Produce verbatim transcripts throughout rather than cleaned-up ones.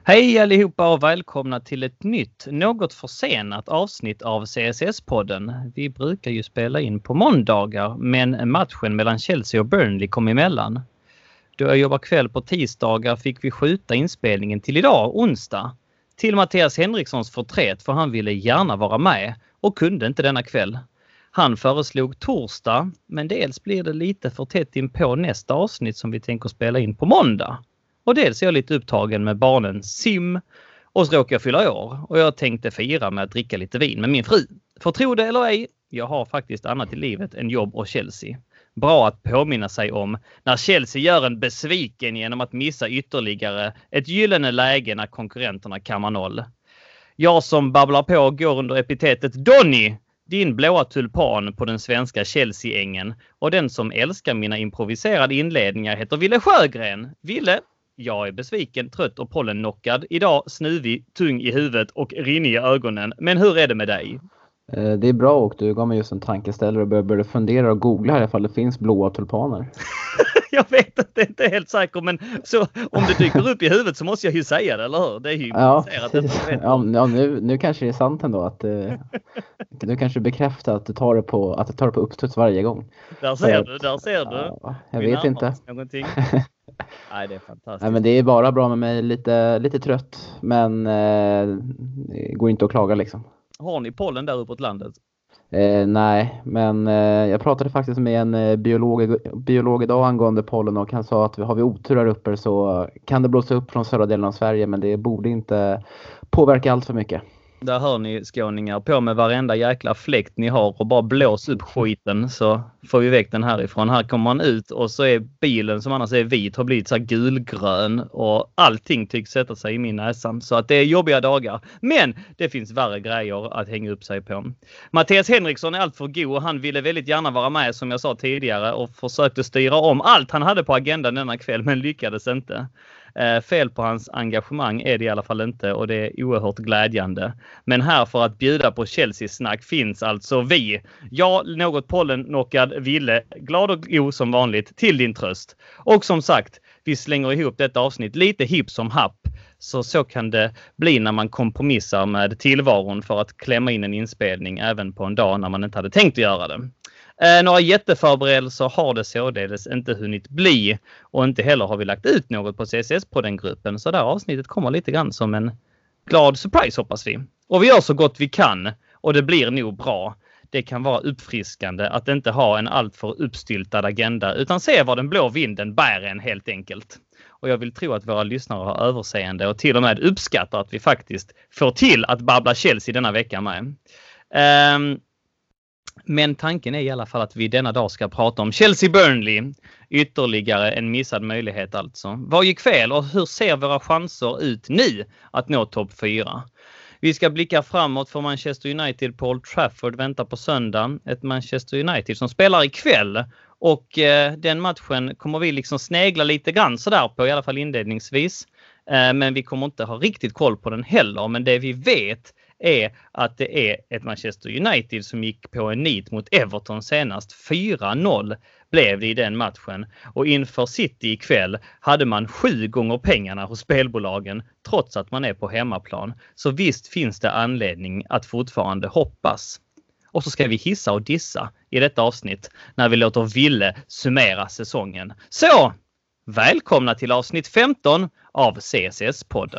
Hej allihopa och välkomna till ett nytt, något försenat avsnitt av C S S-podden. Vi brukar ju spela in på måndagar, men matchen mellan Chelsea och Burnley kom emellan. Då jag jobbar kväll på tisdagar fick vi skjuta inspelningen till idag, onsdag. Till Mattias Henrikssons förtret, för han ville gärna vara med och kunde inte denna kväll. Han föreslog torsdag, men dels blir det lite för tätt in på nästa avsnitt som vi tänker spela in på måndag. Och dels är jag lite upptagen med barnen sim och så råkar jag fylla år. Och jag tänkte fira med att dricka lite vin med min fru. För tro det eller ej, jag har faktiskt annat i livet än jobb och Chelsea. Bra att påminna sig om när Chelsea gör en besviken genom att missa ytterligare ett gyllene läge när konkurrenterna kammar noll. Jag som babblar på går under epitetet Donny, din blåa tulpan på den svenska Chelsea-ängen. Och den som älskar mina improviserade inledningar heter Ville Sjögren. Ville? Jag är besviken, trött och pollennockad. Idag snuvig, tung i huvudet och rinnig i ögonen. Men hur är det med dig? Det är bra, och du gav mig just en tankeställare och började fundera och googla här ifall det finns blåa tulpaner. Jag vet att det inte är helt säkert, men så, om det dyker upp i huvudet så måste jag ju säga det, eller hur? Det är ju ja, ja, ja, nu, nu kanske det är sant ändå att eh, du kanske bekräftar att du tar det på, att du tar det på uppstuds varje gång. Där ser du, där ser du. Ja, jag vet inte. Någonting. Nej, det är fantastiskt. Nej, men det är bara bra med mig, lite, lite trött, men eh, det går inte att klaga liksom. Har ni pollen där uppåt landet? Eh, nej, men eh, jag pratade faktiskt med en eh, biolog, biolog idag angående pollen, och han sa att har vi otur här uppe så kan det blåsa upp från södra delen av Sverige, men det borde inte påverka allt för mycket. Där hör ni skåningar, på med varenda jäkla fläkt ni har och bara blås upp skiten, så får vi väck den härifrån. Här kommer man ut och så är bilen som annars är vit har blivit så här gulgrön och allting tycks sätta sig i min näsa. Så att det är jobbiga dagar. Men det finns värre grejer att hänga upp sig på. Mattias Henriksson är allt för god och han ville väldigt gärna vara med, som jag sa tidigare, och försökte styra om allt han hade på agendan denna kväll, men lyckades inte. Eh, fel på hans engagemang är det i alla fall inte, och det är oerhört glädjande. Men här för att bjuda på Chelsea-snack finns alltså vi. Jag, något pollennockad Ville, glad och god som vanligt, till din tröst. Och som sagt, vi slänger ihop detta avsnitt lite hipp som happ. Så så kan det bli när man kompromissar med tillvaron för att klämma in en inspelning även på en dag när man inte hade tänkt att göra det. Eh, några jätteförberedelser har det således inte hunnit bli, och inte heller har vi lagt ut något på C S S på den gruppen, så där avsnittet kommer lite grann som en glad surprise, hoppas vi. Och vi gör så gott vi kan, och det blir nog bra. Det kan vara uppfriskande att inte ha en alltför uppstyltad agenda, utan se var den blå vinden bär en helt enkelt. Och jag vill tro att våra lyssnare har överseende och till och med uppskattar att vi faktiskt får till att babbla Chelsea denna vecka med. Ehm... Men tanken är i alla fall att vi denna dag ska prata om Chelsea-Burnley. Ytterligare en missad möjlighet alltså. Vad gick fel och hur ser våra chanser ut nu att nå topp fyra? Vi ska blicka framåt för Manchester United på Old Trafford väntar på söndag. Ett Manchester United som spelar ikväll. Och eh, den matchen kommer vi liksom snegla lite grann sådär på, i alla fall inledningsvis. Eh, men vi kommer inte ha riktigt koll på den heller. Men det vi vet är att det är ett Manchester United som gick på en nit mot Everton senast. fyra noll blev det i den matchen. Och inför City ikväll hade man sju gånger pengarna hos spelbolagen trots att man är på hemmaplan. Så visst finns det anledning att fortfarande hoppas. Och så ska vi hissa och dissa i detta avsnitt när vi låter Ville summera säsongen. Så, välkomna till avsnitt femton av C S S-podden.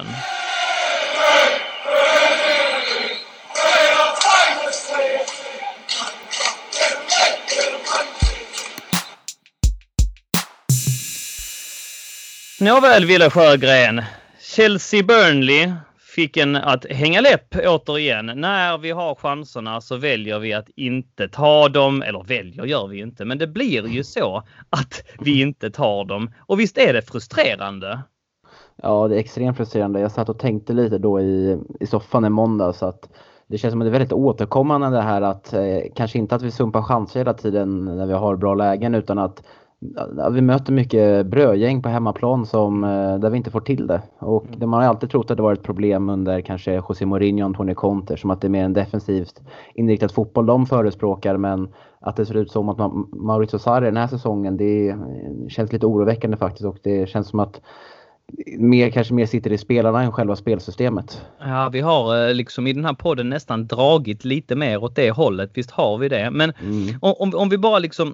Nåväl, Ville Sjögren. Chelsea-Burnley fick en att hänga läpp återigen. När vi har chanserna så väljer vi att inte ta dem. Eller väljer gör vi inte. Men det blir ju så att vi inte tar dem. Och visst är det frustrerande? Ja, det är extremt frustrerande. Jag satt och tänkte lite då i, i soffan i måndag, så att det känns som att det är väldigt återkommande det här att eh, kanske inte att vi sumpar chanser hela tiden när vi har bra lägen, utan att ja, vi möter mycket brödgäng på hemmaplan som, eh, där vi inte får till det. Och mm. man har alltid trott att det var ett problem under kanske José Mourinho och Antonio Conte, som att det är mer en defensivt inriktat fotboll de förespråkar, men att det ser ut som att Maurizio Sarri den här säsongen, det känns lite oroväckande faktiskt, och det känns som att mer, kanske mer sitter i spelarna än själva spelsystemet. Ja, vi har liksom i den här podden nästan dragit lite mer åt det hållet. Visst har vi det. Men mm. om, om vi bara liksom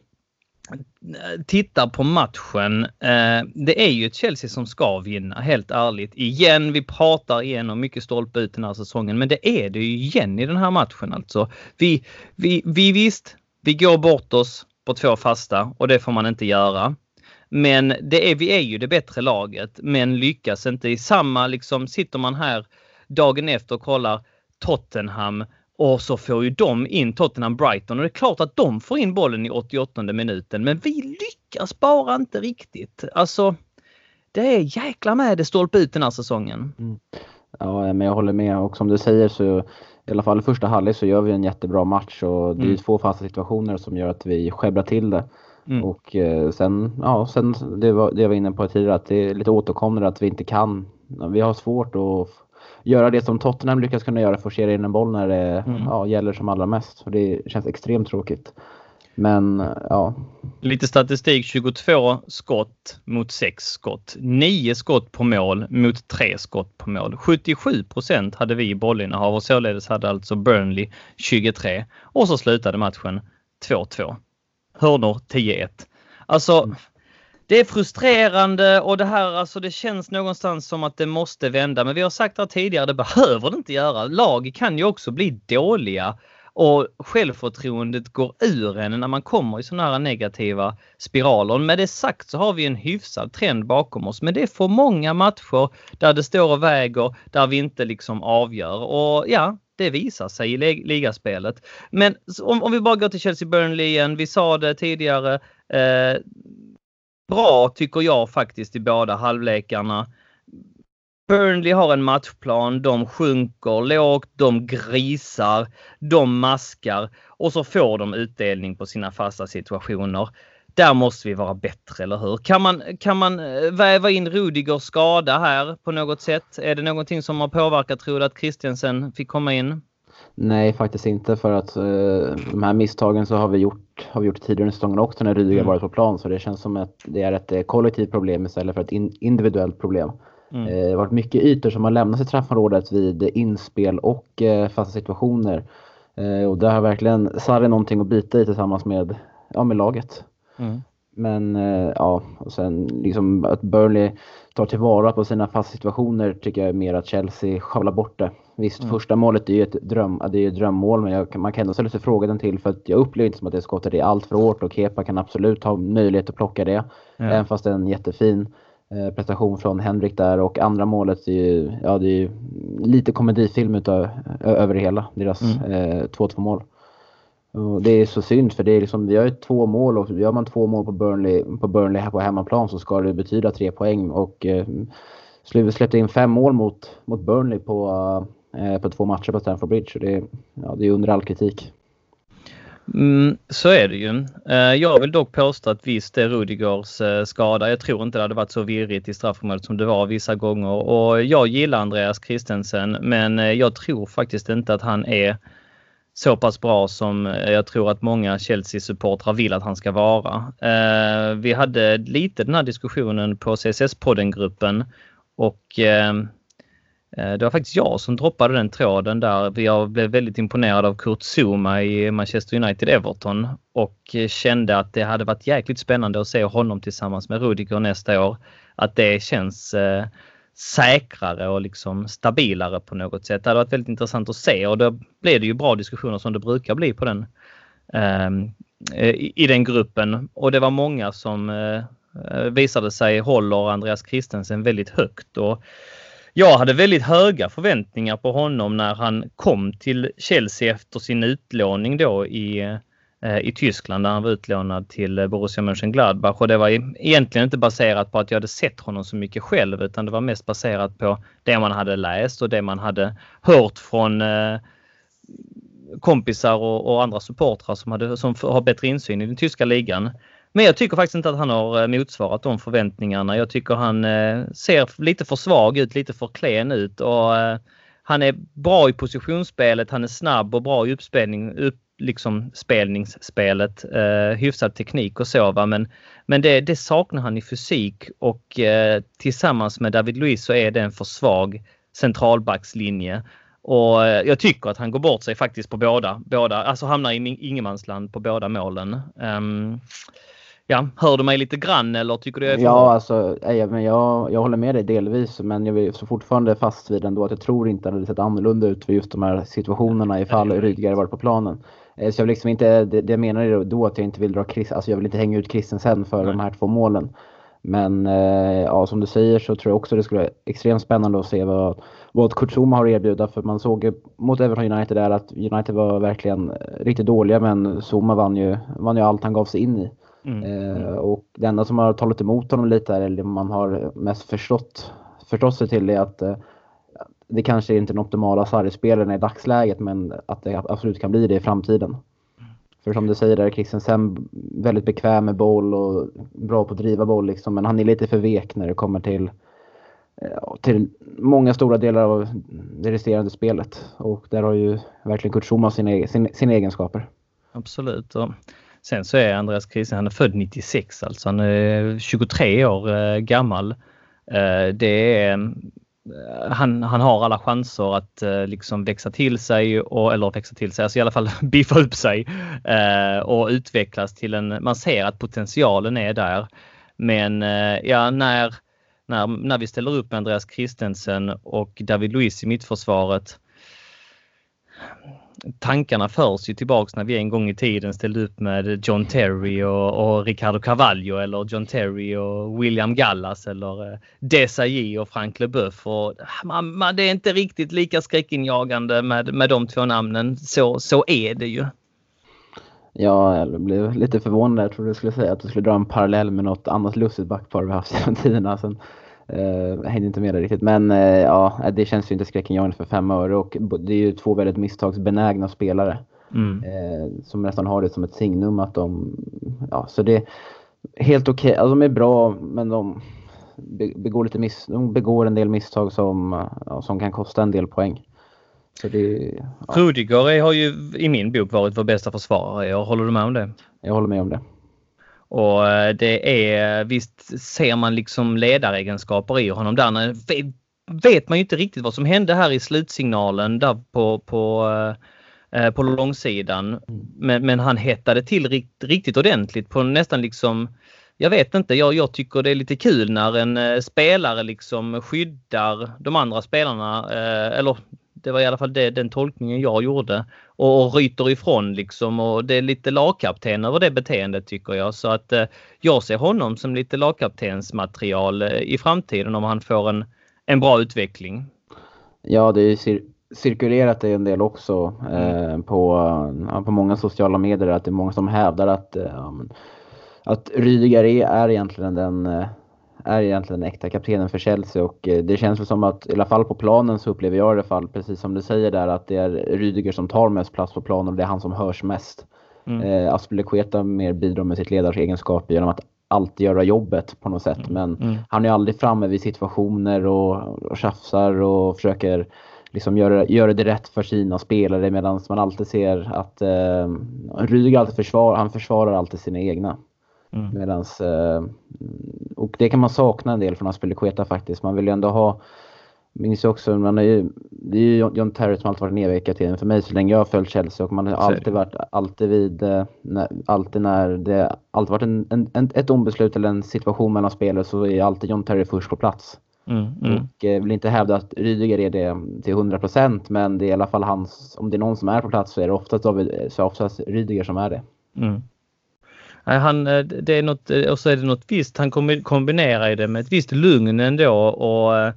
tittar på matchen. Eh, det är ju ett Chelsea som ska vinna, helt ärligt. Igen, vi pratar igen om mycket stolpe ut den här säsongen. Men det är det ju igen i den här matchen alltså. Vi, vi, vi visst, vi går bort oss på två fasta och det får man inte göra. Men det är, vi är ju det bättre laget, men lyckas inte. I samma, liksom, sitter man här dagen efter och kollar Tottenham och så får ju de in Tottenham Brighton och det är klart att de får in bollen i åttioåttonde minuten, men vi lyckas bara inte riktigt. Alltså, det är jäkla med det stolpe ut den här säsongen. Mm. Ja, men jag håller med, och som du säger så i alla fall i första halvlek så gör vi en jättebra match och det är mm. två fasta situationer som gör att vi skäbblar till det. Mm. Och eh, sen, ja, sen det var, det var inne på tidigare att det är lite återkommande att vi inte kan, vi har svårt att göra det som Tottenham lyckas kunna göra, forcera in en boll när det mm. ja, gäller som allra mest. Och det känns extremt tråkigt. Men ja. Lite statistik, tjugotvå skott mot sex skott. nio skott på mål mot tre skott på mål. sjuttiosju procent hade vi i bollinnehav och således hade alltså Burnley tjugotre. Och så slutade matchen två två. Hörnor tio ett. Alltså, mm. det är frustrerande och det här, alltså det känns någonstans som att det måste vända. Men vi har sagt här tidigare, det behöver det inte göra. Lag kan ju också bli dåliga och självförtroendet går ur en när man kommer i sådana här negativa spiraler. Med det sagt så har vi en hyfsad trend bakom oss. Men det är för många matcher där det står och väger, där vi inte liksom avgör. Och ja, det visar sig i ligaspelet. Men om, om vi bara går till Chelsea-Burnley igen. Vi sa det tidigare. Eh, bra tycker jag faktiskt i båda halvlekarna. Burnley har en matchplan. De sjunker lågt, de grisar, de maskar. Och så får de utdelning på sina fasta situationer. Där måste vi vara bättre, eller hur? Kan man, kan man väva in Rudigers skada här på något sätt? Är det någonting som har påverkat, tror du, att Christensen fick komma in? Nej, faktiskt inte, för att uh, de här misstagen så har vi gjort, har vi gjort tidigare i säsongen också när Rudiger mm. varit på plan. Så det känns som att det är ett kollektivt problem istället för ett in, individuellt problem. Mm. Uh, det har varit mycket ytor som har lämnats i straffområdet vid inspel och uh, fasta situationer. Uh, och där har verkligen Sarri någonting att bita i tillsammans med, ja, med laget. Mm. Men ja, och sen liksom att Burnley tar tillvara på sina fasta situationer tycker jag är mer att Chelsea schabblar bort det. Visst, mm. första målet är ju ett dröm, det är ju ett drömmål, men jag, man kan ändå ställa sig frågan till, för att jag upplever inte som att det skottet är allt för hårt och Kepa kan absolut ha möjlighet att plocka det. Ja. Även fast det är en jättefin eh, prestation från Henrik där, och andra målet är ju, ja, det är ju lite komedifilm utav, över det hela, deras mm. eh, två två mål. Och det är så synd, för det är liksom, vi har ju två mål, och gör man två mål på Burnley, på Burnley här på hemmaplan så ska det betyda tre poäng, och eh, släppte in fem mål mot, mot Burnley på, eh, på två matcher på Stamford Bridge, och det, ja, det är under all kritik. Mm, så är det ju. Eh, jag vill dock påstå att visst är Rudigers eh, skada. Jag tror inte det hade varit så virrigt i straffområdet som det var vissa gånger, och jag gillar Andreas Christensen, men eh, jag tror faktiskt inte att han är så pass bra som jag tror att många Chelsea-supportrar vill att han ska vara. Eh, vi hade lite den här diskussionen på C S S-podden-gruppen, och eh, det var faktiskt jag som droppade den tråden där. Jag blev väldigt imponerad av Kurt Zouma i Manchester United-Everton och kände att det hade varit jäkligt spännande att se honom tillsammans med Rudiger nästa år. Att det känns eh, säkrare och liksom stabilare på något sätt. Det hade varit väldigt intressant att se, och då blev det ju bra diskussioner som det brukar bli på den, eh, i, i den gruppen. Och det var många som eh, visade sig håller Andreas Christensen väldigt högt, och jag hade väldigt höga förväntningar på honom när han kom till Chelsea efter sin utlåning då i i Tyskland, där han var utlånad till Borussia Mönchengladbach, och det var egentligen inte baserat på att jag hade sett honom så mycket själv, utan det var mest baserat på det man hade läst och det man hade hört från eh, kompisar och, och andra supportrar som, hade, som har bättre insyn i den tyska ligan. Men jag tycker faktiskt inte att han har motsvarat de förväntningarna. Jag tycker han eh, ser lite för svag ut, lite för klen ut, och eh, han är bra i positionsspelet, han är snabb och bra i uppspelning, upp liksom spelningsspelet, eh, hyfsad teknik och så, va? Men, men det, det saknar han i fysik, och eh, tillsammans med David Luiz så är det en för svag centralbackslinje. Och eh, jag tycker att han går bort sig faktiskt på båda. båda alltså hamnar i ingenmansland på båda målen. Um, ja, hör du mig lite grann eller tycker du jag är för Ja, hård? alltså, nej, men jag, jag håller med dig delvis, men jag är så fortfarande fast vid ändå att jag tror inte att det hade sett annorlunda ut för just de här situationerna ifall Rydiger varit på planen. Eh, Så jag vill liksom inte, det, det jag menar är då att jag inte vill dra Chris, alltså jag vill inte hänga ut Christensen för Nej. de här två målen. Men eh, ja, som du säger så tror jag också det skulle vara extremt spännande att se vad, vad Kurt Zouma har att erbjuda. För man såg ju mot Everton United där att United var verkligen riktigt dåliga, men Zouma vann ju, vann ju allt han gav sig in i. Mm. Eh, och det enda som har talat emot honom lite, eller man har mest förstått, förstått sig till, är att eh, det kanske inte är den optimala Sarri-spelaren i dagsläget, men att det absolut kan bli det i framtiden. För som du säger där, Christensen väldigt bekväm med boll och bra på att driva boll liksom, men han är lite för vek när det kommer till, till många stora delar av det resterande spelet. Och där har ju verkligen Kurt Zouma sina, sina, sina egenskaper. Absolut. Och sen så är Andreas Christensen, han är född nittiosex, alltså han är tjugotre år gammal. Det är... Han, han har alla chanser att eh, liksom växa till sig och, eller växa till sig, alltså i alla fall biffa upp sig eh, och utvecklas till en, man ser att potentialen är där. Men eh, ja, när, när, när vi ställer upp med Andreas Christensen och David Luiz i mittförsvaret, tankarna förs ju tillbaks när vi en gång i tiden ställde upp med John Terry och, och Ricardo Carvalho, eller John Terry och William Gallas, eller eh, Desailly och Frank Leboeuf. Och man, man, det är inte riktigt lika skräckinjagande med, med de två namnen. Så, så är det ju. Ja, jag blev lite förvånad. Jag trodde du skulle säga att du skulle dra en parallell med något annat lustigt backpar vi haft genom tiderna. Sen uh, hängde inte med det riktigt. Men uh, ja, det känns ju inte skräckinjagande för fem öre. Och det är ju två väldigt misstagsbenägna spelare. Mm. Uh, som nästan har det som ett signum att de... Ja, så det är helt okej. Okay. Alltså, de är bra, men de begår, lite miss, de begår en del misstag som, ja, som kan kosta en del poäng. Så det, ja. Rudiger har ju i min bok varit vår bästa försvarare. Jag håller du med om det? Jag håller med om det. Och det är, visst ser man liksom ledaregenskaper i honom där. Vet man ju inte riktigt vad som hände här i slutsignalen där på, på, på långsidan. Men, men han hettade till rikt, riktigt ordentligt på nästan liksom, jag vet inte, jag, jag tycker det är lite kul när en spelare liksom skyddar de andra spelarna, eller det var i alla fall det, den tolkningen jag gjorde. Och, och ryter ifrån liksom. Och det är lite lagkapten över det beteendet tycker jag. Så att eh, jag ser honom som lite lagkaptensmaterial eh, i framtiden om han får en, en bra utveckling. Ja, det är cir- cirkulerat det en del också eh, mm. på, ja, på många sociala medier. Att det är många som hävdar att, eh, att Rydiger är, är egentligen den... Eh, är egentligen den äkta kaptenen för Chelsea, och det känns väl som att i alla fall på planen så upplever jag i alla fall, precis som du säger där, att det är Rydiger som tar mest plats på planen och det är han som hörs mest. Mm. Eh, Azpilicueta mer bidrar med sitt ledaregenskap genom att alltid göra jobbet på något sätt, mm. men mm. han är aldrig framme vid situationer och, och tjafsar och försöker liksom göra, göra det rätt för sina spelare, medan man alltid ser att eh, Rydiger alltid försvarar, han försvarar alltid sina egna. Mm. Medans, eh, och det kan man sakna en del från Azpilicueta faktiskt. Man vill ju ändå ha, minns jag också, man är ju, det är ju John Terry som alltid varit nedveckat för mig så länge jag har följt Chelsea, och man har alltid varit, alltid vid, när, alltid när det alltid varit en, en, en, ett ombeslut eller en situation mellan spelare, så är alltid John Terry först på plats. Mm, mm. Och eh, vill inte hävda att Rydiger är det till hundra procent, men det är i alla fall hans, om det är någon som är på plats så är det oftast, så är oftast Rydiger som är det. Mm. Han, det är något, och så är det något visst, han kombinerar det med ett visst lugn ändå, och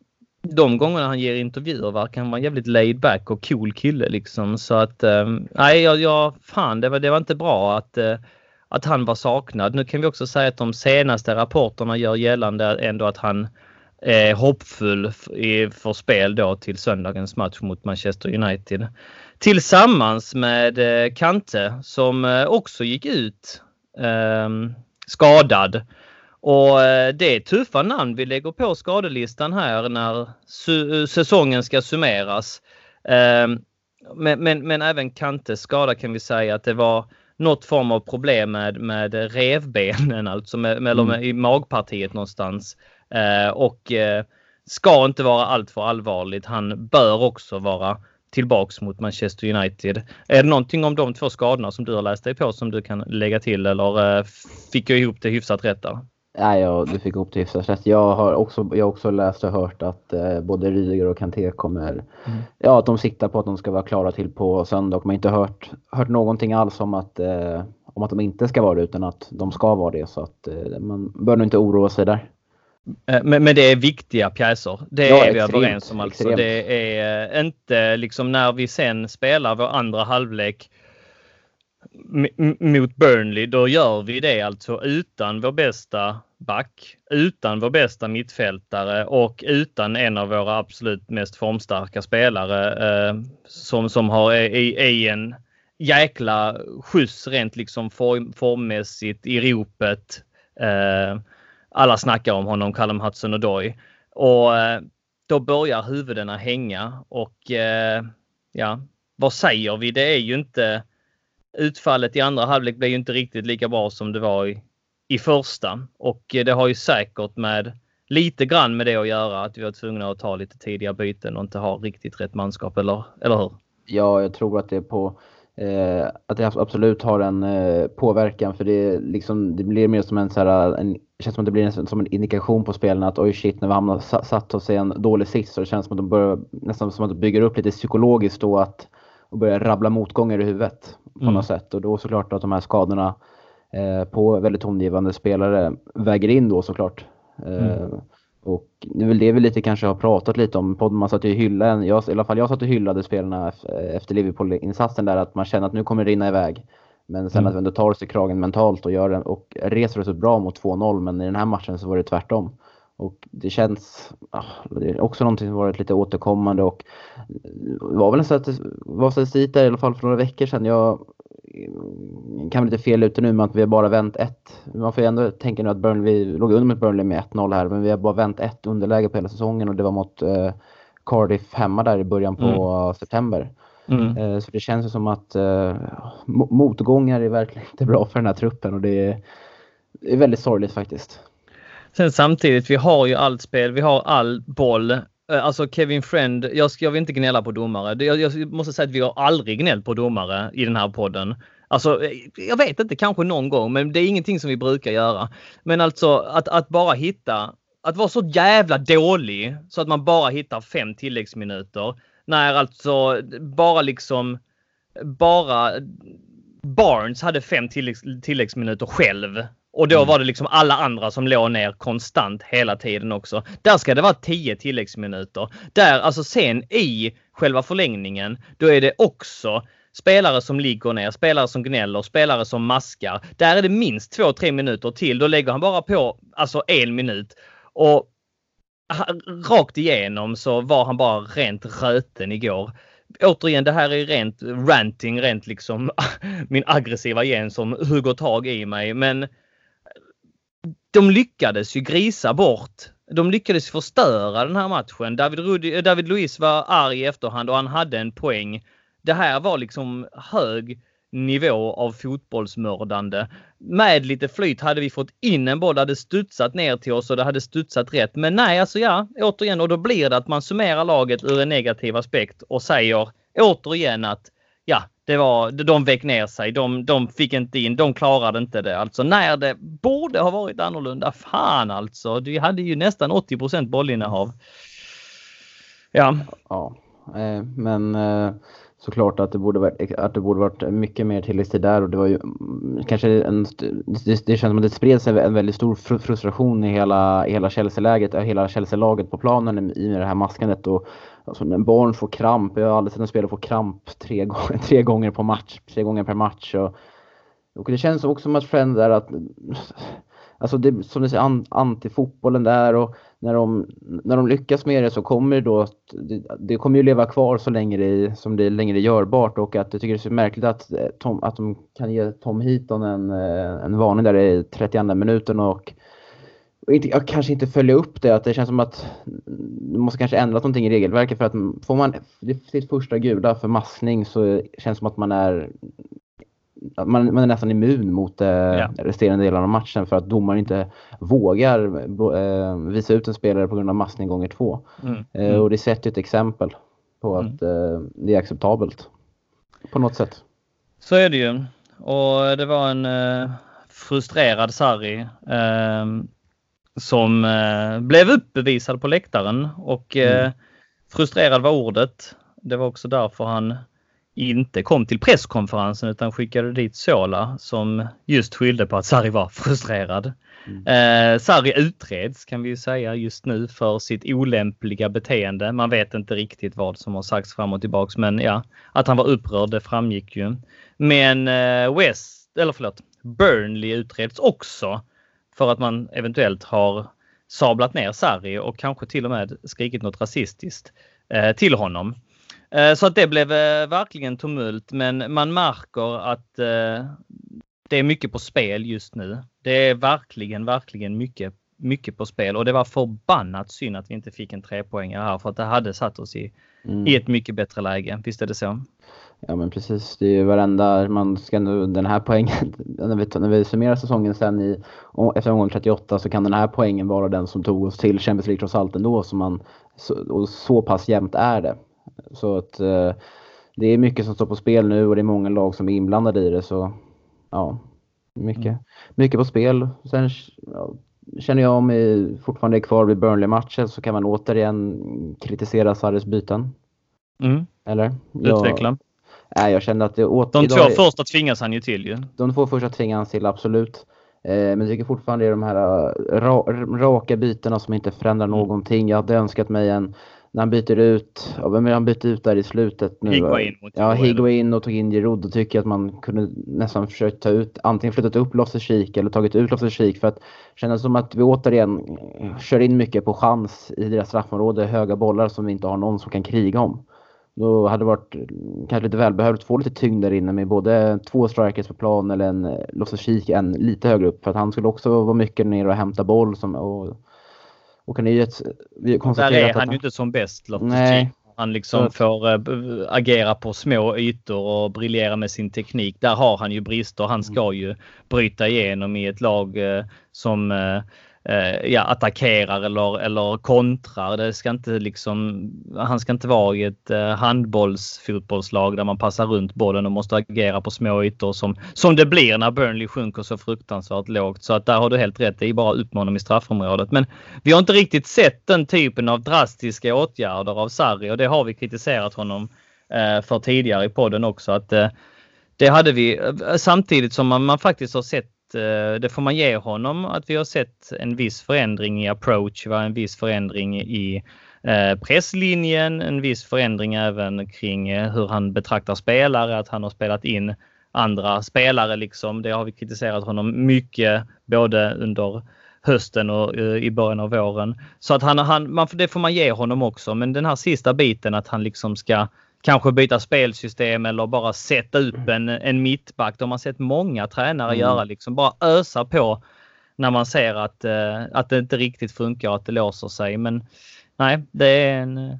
de gångerna han ger intervjuer verkar han vara en jävligt laid back och cool kille liksom, så att nej, jag, jag fan, det var, det var inte bra att, att han var saknad. Nu kan vi också säga att de senaste rapporterna gör gällande ändå att han är hoppfull för spel då till söndagens match mot Manchester United. Tillsammans med Kante som också gick ut eh, skadad. Och eh, det är tuffa namn vi lägger på skadelistan här när su- säsongen ska summeras. Eh, men, men, men även Kantes skada kan vi säga att det var något form av problem med, med revbenen, alltså med, med, mm. med, i magpartiet någonstans. Eh, och eh, ska inte vara allt för allvarligt. Han bör också vara tillbaks mot Manchester United. Är det någonting om de två skadorna som du har läst dig på som du kan lägga till, eller eh, fick jag ihop det hyfsat rätt där? Nej, ja, du fick ihop det hyfsat rätt. Jag har också, jag har också läst och hört att eh, både Rydiger och Kanté kommer, mm. ja, att de siktar på att de ska vara klara till på söndag, och man har inte hört, hört någonting alls om att, eh, om att de inte ska vara det, utan att de ska vara det, så att eh, man bör nog inte oroa sig där. Men, men det är viktiga pjäser. Det ja, är vi extremt, överens om. Alltså. Extremt. Det är inte liksom när vi sen spelar vår andra halvlek m- mot Burnley, då gör vi det alltså utan vår bästa back, utan vår bästa mittfältare och utan en av våra absolut mest formstarka spelare eh, som, som har i, i en jäkla skjuts rent liksom form, formmässigt i ropet. Eh, alla snackar om honom, Callum Hudson-Odoi. Och eh, då börjar huvudena hänga och eh, ja, vad säger vi? Det är ju inte, utfallet i andra halvlek blir ju inte riktigt lika bra som det var i, i första. Och det har ju säkert med lite grann med det att göra att vi var tvungna att ta lite tidiga byten och inte ha riktigt rätt manskap, eller, eller hur? Ja, jag tror att det är på eh, att det absolut har en eh, påverkan, för det, liksom, det blir mer som en, så här, en det känns som att det blir en, som en indikation på spelarna att oj shit, när vi hamnar satt oss i en dålig sits, så det känns som att de börjar, nästan som att de bygger upp lite psykologiskt då, att och börjar rabbla motgångar i huvudet på mm. något sätt, och då såklart att de här skadorna eh, på väldigt tongivande spelare väger in då såklart. Mm. Eh, och det är väl det vi lite kanske har pratat lite om podden. Man satt ju hyllan, jag, i alla fall jag satt och hyllade spelarna efter Liverpool-insatsen där, att man känner att nu kommer det rinna iväg. Men sen mm. att vi ändå tar oss i kragen mentalt och gör den och reser oss upp bra mot två noll, men i den här matchen så var det tvärtom. Och det känns det är också någonting som varit lite återkommande, och det var väl en statistik där i alla fall för några veckor sedan. Jag kan väl lite fel ute nu med att vi har bara vänt ett. Man får ju ändå tänka nu att Burnley, vi låg under mot Burnley med ett noll här, men vi har bara vänt ett underläge på hela säsongen, och det var mot eh, Cardiff hemma där i början på mm. september. Mm. Eh, så det känns som att eh, motgångar är verkligen inte bra för den här truppen, och det är, det är väldigt sorgligt faktiskt. Sen samtidigt, vi har ju allt spel, vi har all boll. Alltså Kevin Friend, jag, jag vill inte gnälla på domare. Jag, jag måste säga att vi har aldrig gnällt på domare i den här podden. Alltså, jag vet inte, kanske någon gång, men det är ingenting som vi brukar göra. Men alltså, att, att bara hitta, att vara så jävla dålig så att man bara hittar fem tilläggsminuter. När alltså bara liksom, bara Barnes hade fem tilläggs, tilläggsminuter själv. Och då var det liksom alla andra som låg ner konstant hela tiden också. Där ska det vara tio tilläggsminuter. Där, alltså sen i själva förlängningen, då är det också spelare som ligger ner, spelare som gnäller, spelare som maskar. Där är det minst två, tre minuter till. Då lägger han bara på alltså en minut. Och rakt igenom så var han bara rent röten igår. Återigen, det här är rent ranting, rent liksom min aggressiva gen som hugger tag i mig. Men de lyckades ju grisa bort. De lyckades förstöra den här matchen. David, Rudi, David Luiz var arg i efterhand och han hade en poäng. Det här var liksom hög nivå av fotbollsmördande. Med lite flyt hade vi fått in en boll, hade studsat ner till oss och det hade studsat rätt. Men nej, alltså ja, återigen. Och då blir det att man summerar laget ur en negativ aspekt och säger återigen att ja, det var, de väck ner sig. De, de fick inte in, de klarade inte det. Alltså när det borde ha varit annorlunda. Fan alltså, vi hade ju nästan åttio procent bollinnehav. Ja. Ja, men såklart att det borde varit, att det borde varit mycket mer tilläggstid där, och det var ju kanske en, det, det känns som att det spreds en väldigt stor frustration i hela, i hela Chelsea-läget, hela Chelsea-laget på planen i det här maskandet. Och alltså, när barn får kramp, jag har aldrig sett en spelare få kramp tre gånger, tre gånger på match, tre gånger per match, och, och det känns också som att Friend är att alltså det, som du säger, an, anti-fotbollen där, och när de, när de lyckas med det så kommer det då det, det kommer ju leva kvar så länge det, som det är längre görbart, och att jag tycker det är så märkligt att, Tom, att de kan ge Tom Heaton en, en varning där i trettioandra minuten, och och inte, jag kanske inte följa upp det, att det känns som att det måste kanske ändra någonting i regelverket, för att får man sitt första gula för maskning så känns det som att man är man, man är nästan immun mot eh, ja. resterande delar av matchen, för att domaren inte vågar eh, visa ut en spelare på grund av maskning gånger två. Mm. Mm. Eh, och det sätter ett exempel på att mm. eh, det är acceptabelt på något sätt. Så är det ju. Och det var en eh, frustrerad Sarri eh, som eh, blev uppbevisad på läktaren, och eh, mm. frustrerad var ordet. Det var också därför han inte kom till presskonferensen utan skickade dit Sola, som just skyllde på att Sarri var frustrerad. Mm. Eh, Sarri utreds, kan vi ju säga, just nu för sitt olämpliga beteende. Man vet inte riktigt vad som har sagts fram och tillbaks, men ja, att han var upprörd, det framgick ju. Men eh, West, eller förlåt, Burnley utreds också för att man eventuellt har sablat ner Sarri och kanske till och med skrikit något rasistiskt eh, till honom. Så att det blev eh, verkligen tumult, men man märker att eh, det är mycket på spel just nu. Det är verkligen, verkligen mycket, mycket på spel, och det var förbannat synd att vi inte fick en trepoängare här, för att det hade satt oss i, mm. i ett mycket bättre läge. Visst är det så? Ja, men precis. Det är ju varenda, man ska nu, den här poängen, när vi, när vi summerar säsongen sen i, efter omgång trettioåtta, så kan den här poängen vara den som tog oss till Champions League trots allt ändå, så man, så, och så pass jämnt är det. Så att eh, det är mycket som står på spel nu, och det är många lag som är inblandade i det, så ja, mycket, mm. mycket på spel. Sen ja, känner jag, om vi fortfarande är kvar vid Burnley-matchen, så kan man återigen kritisera Sarris byten. Mm. Eller? Utveckla. Jag, nej, jag kände att det åt, de idag, två första tvingas han ju till ju. De två första tvingas han till, absolut. Eh, men jag tycker fortfarande det är de här ra, raka bytena som inte förändrar mm. någonting. Jag hade önskat mig en, när han byter ut, ja, men han byter ut där i slutet nu. Higuain mot ja, Higuain och tog in Giroud, och tycker att man kunde nästan försökt ta ut, antingen flyttat upp Loftus-Cheek eller tagit ut Loftus-Cheek, för att känna som att vi återigen kör in mycket på chans i deras straffområde, höga bollar som vi inte har någon som kan kriga om. Då hade det varit kanske lite välbehövligt att få lite tyngd där inne med både två strikers på plan, eller en Loftus-Cheek en lite högre upp, för att han skulle också vara mycket ner och hämta boll som, och Och kan ju ett, vi där är han ju inte som bäst, Loftus-Cheek. Han liksom så får äh, agera på små ytor och briljera med sin teknik. Där har han ju brister. Han ska ju bryta igenom i ett lag äh, som äh, ja, attackerar eller, eller kontrar. Det ska inte liksom, han ska inte vara i ett uh, handbollsfotbollslag där man passar runt bollen och måste agera på små ytor som, som det blir när Burnley sjunker så fruktansvärt lågt. Så att där har du helt rätt, det är bara upp med honom i straffområdet. Men vi har inte riktigt sett den typen av drastiska åtgärder av Sarri, och det har vi kritiserat honom uh, för tidigare i podden också. Att uh, det hade vi, uh, samtidigt som man, man faktiskt har sett, det får man ge honom, att vi har sett en viss förändring i approach, en viss förändring i presslinjen, en viss förändring även kring hur han betraktar spelare, att han har spelat in andra spelare liksom. Det har vi kritiserat honom mycket både under hösten och i början av våren. Så att han, han man, det får man ge honom också, men den här sista biten att han liksom ska kanske byta spelsystem eller bara sätta upp en, en mittback. De har sett många tränare mm. göra liksom. Bara ösa på när man ser att, uh, att det inte riktigt funkar och att det låser sig. Men nej, det är en uh,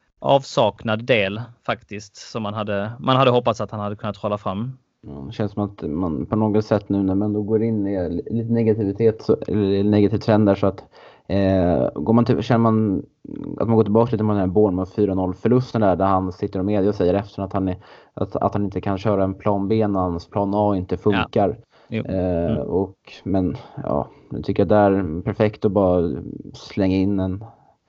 avsaknad del faktiskt som man hade, man hade hoppats att han hade kunnat hålla fram. Ja, det känns som att man på något sätt nu när man då går in i lite negativitet så, eller negativ trend där, så att Eh, går man till, känner man att man går tillbaka lite till den här Bournemouth fyra noll förlusten där, där han sitter och med och säger efter att han, är, att, att han inte kan köra en plan B när hans plan A inte funkar. Ja. Eh, mm. och, men ja, jag tycker att det är perfekt att bara slänga in en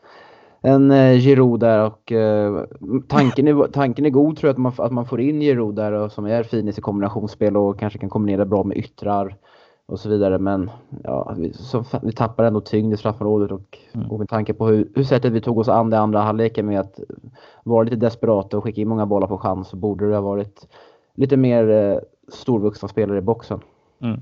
en eh, Giroud där, och eh, tanken, är, tanken är god, tror jag, att man, att man får in Giroud där och, som är fin i sitt kombinationsspel och kanske kan kombinera bra med yttrar och så vidare, men ja, vi, så, vi tappar ändå tyngd i straffområdet, och, mm. och med tanke på hur, hur sättet vi tog oss an det andra halvleken med att vara lite desperat och skicka in många bollar på chans, så borde det ha varit lite mer eh, storvuxna spelare i boxen. Mm.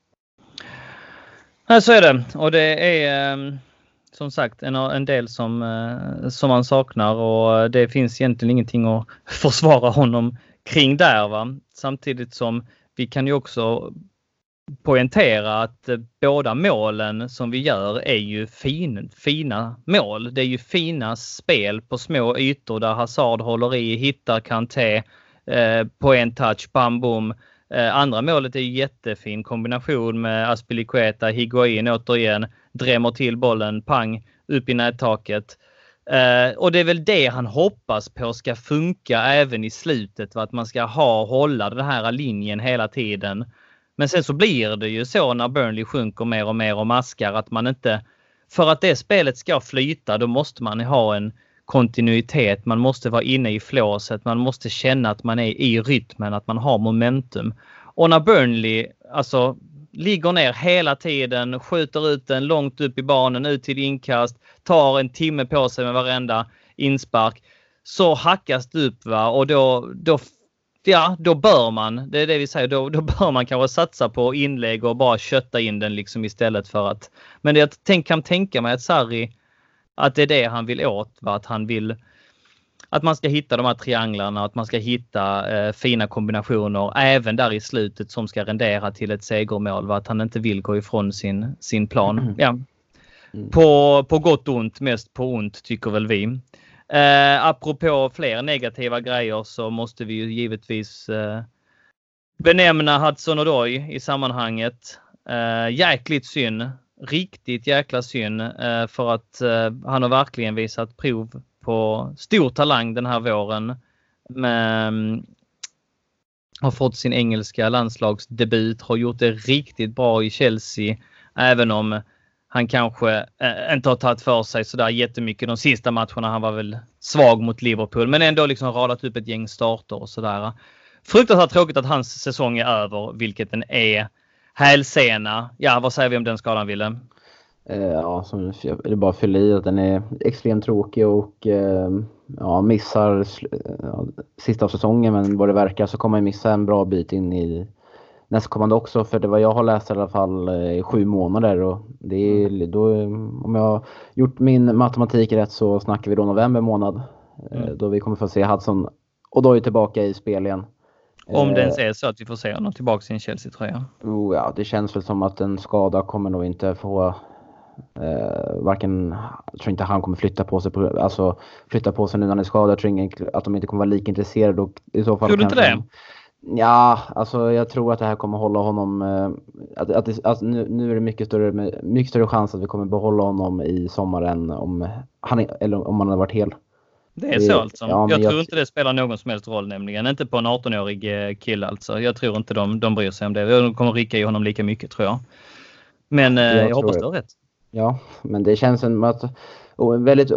Ja, så är det, och det är eh, som sagt en, en del som, eh, som man saknar, och det finns egentligen ingenting att försvara honom kring där, va? Samtidigt som vi kan ju också poängtera att båda målen som vi gör är ju fin, fina mål. Det är ju fina spel på små ytor där Hazard håller i, hittar Kanté eh, på en touch, bam bom. Eh, andra målet är ju jättefin kombination med Azpilicueta, Higuain återigen, drämmer till bollen, pang, upp i nättaket. Uh, och det är väl det han hoppas på ska funka även i slutet. Va? Att man ska ha hålla den här linjen hela tiden. Men sen så blir det ju så när Burnley sjunker mer och mer och maskar att man inte... För att det spelet ska flyta då måste man ha en kontinuitet. Man måste vara inne i flåset. Man måste känna att man är i rytmen. Att man har momentum. Och när Burnley alltså ligger ner hela tiden, skjuter ut den långt upp i banan, ut till inkast, tar en timme på sig med varenda inspark, så hackas det upp, va? Och då, då, ja, då bör man, det är det vi säger, då, då bör man kanske satsa på inlägg och bara kötta in den liksom istället för att, men jag tänk, kan tänka mig att Sarri, att det är det han vill åt, va? Att han vill att man ska hitta de här trianglarna, att man ska hitta eh, fina kombinationer även där i slutet som ska rendera till ett segermål. Va? Att han inte vill gå ifrån sin, sin plan. Mm. Ja. Mm. På, på gott och ont, mest på ont tycker väl vi. Eh, apropå fler negativa grejer så måste vi ju givetvis eh, benämna Hudson-Odoi i sammanhanget. Eh, jäkligt synd. Riktigt jäkla synd eh, för att eh, han har verkligen visat prov på stor talang den här våren. Men har fått sin engelska landslagsdebut. Har gjort det riktigt bra i Chelsea. Även om han kanske äh, inte har tagit för sig sådär jättemycket de sista matcherna. Han var väl svag mot Liverpool. Men ändå liksom radat upp ett gäng starter och sådär. Fruktansvärt tråkigt att hans säsong är över. Vilket den är. Hälsena. Ja, vad säger vi om den skadan, Wille? Ja, som det bara fyller i att den är extremt tråkig och ja, missar ja, sista av säsongen, men vad det verkar så kommer jag missa en bra bit in i nästkommande också, för det var jag har läst i alla fall i sju månader och det är då, om jag har gjort min matematik rätt så snackar vi då november månad mm. då vi kommer få se Hudson och då är tillbaka i spel igen. Om det ens är så att vi får se honom tillbaka i en Chelsea-tröja. Oh ja, det känns väl som att en skada kommer nog inte få Eh, varken, jag tror inte han kommer flytta på sig på, alltså flytta på sig nu när han är skadad. Jag tror inte att de inte kommer vara lika intresserade och i så fall. Tror du inte det? Ja, alltså jag tror att det här kommer hålla honom eh, att, att, det, att nu, nu är det mycket större, mycket större chans att vi kommer behålla honom i sommaren om han, eller om han har varit hel. Det är så alltså. Ja, jag tror jag... inte det spelar någon som helst roll nämligen. Inte på en arton-årig kille alltså. Jag tror inte de, de bryr sig om det. De kommer rycka i honom lika mycket tror jag. Men eh, jag, jag hoppas du har rätt. Ja, men det känns som att och väldigt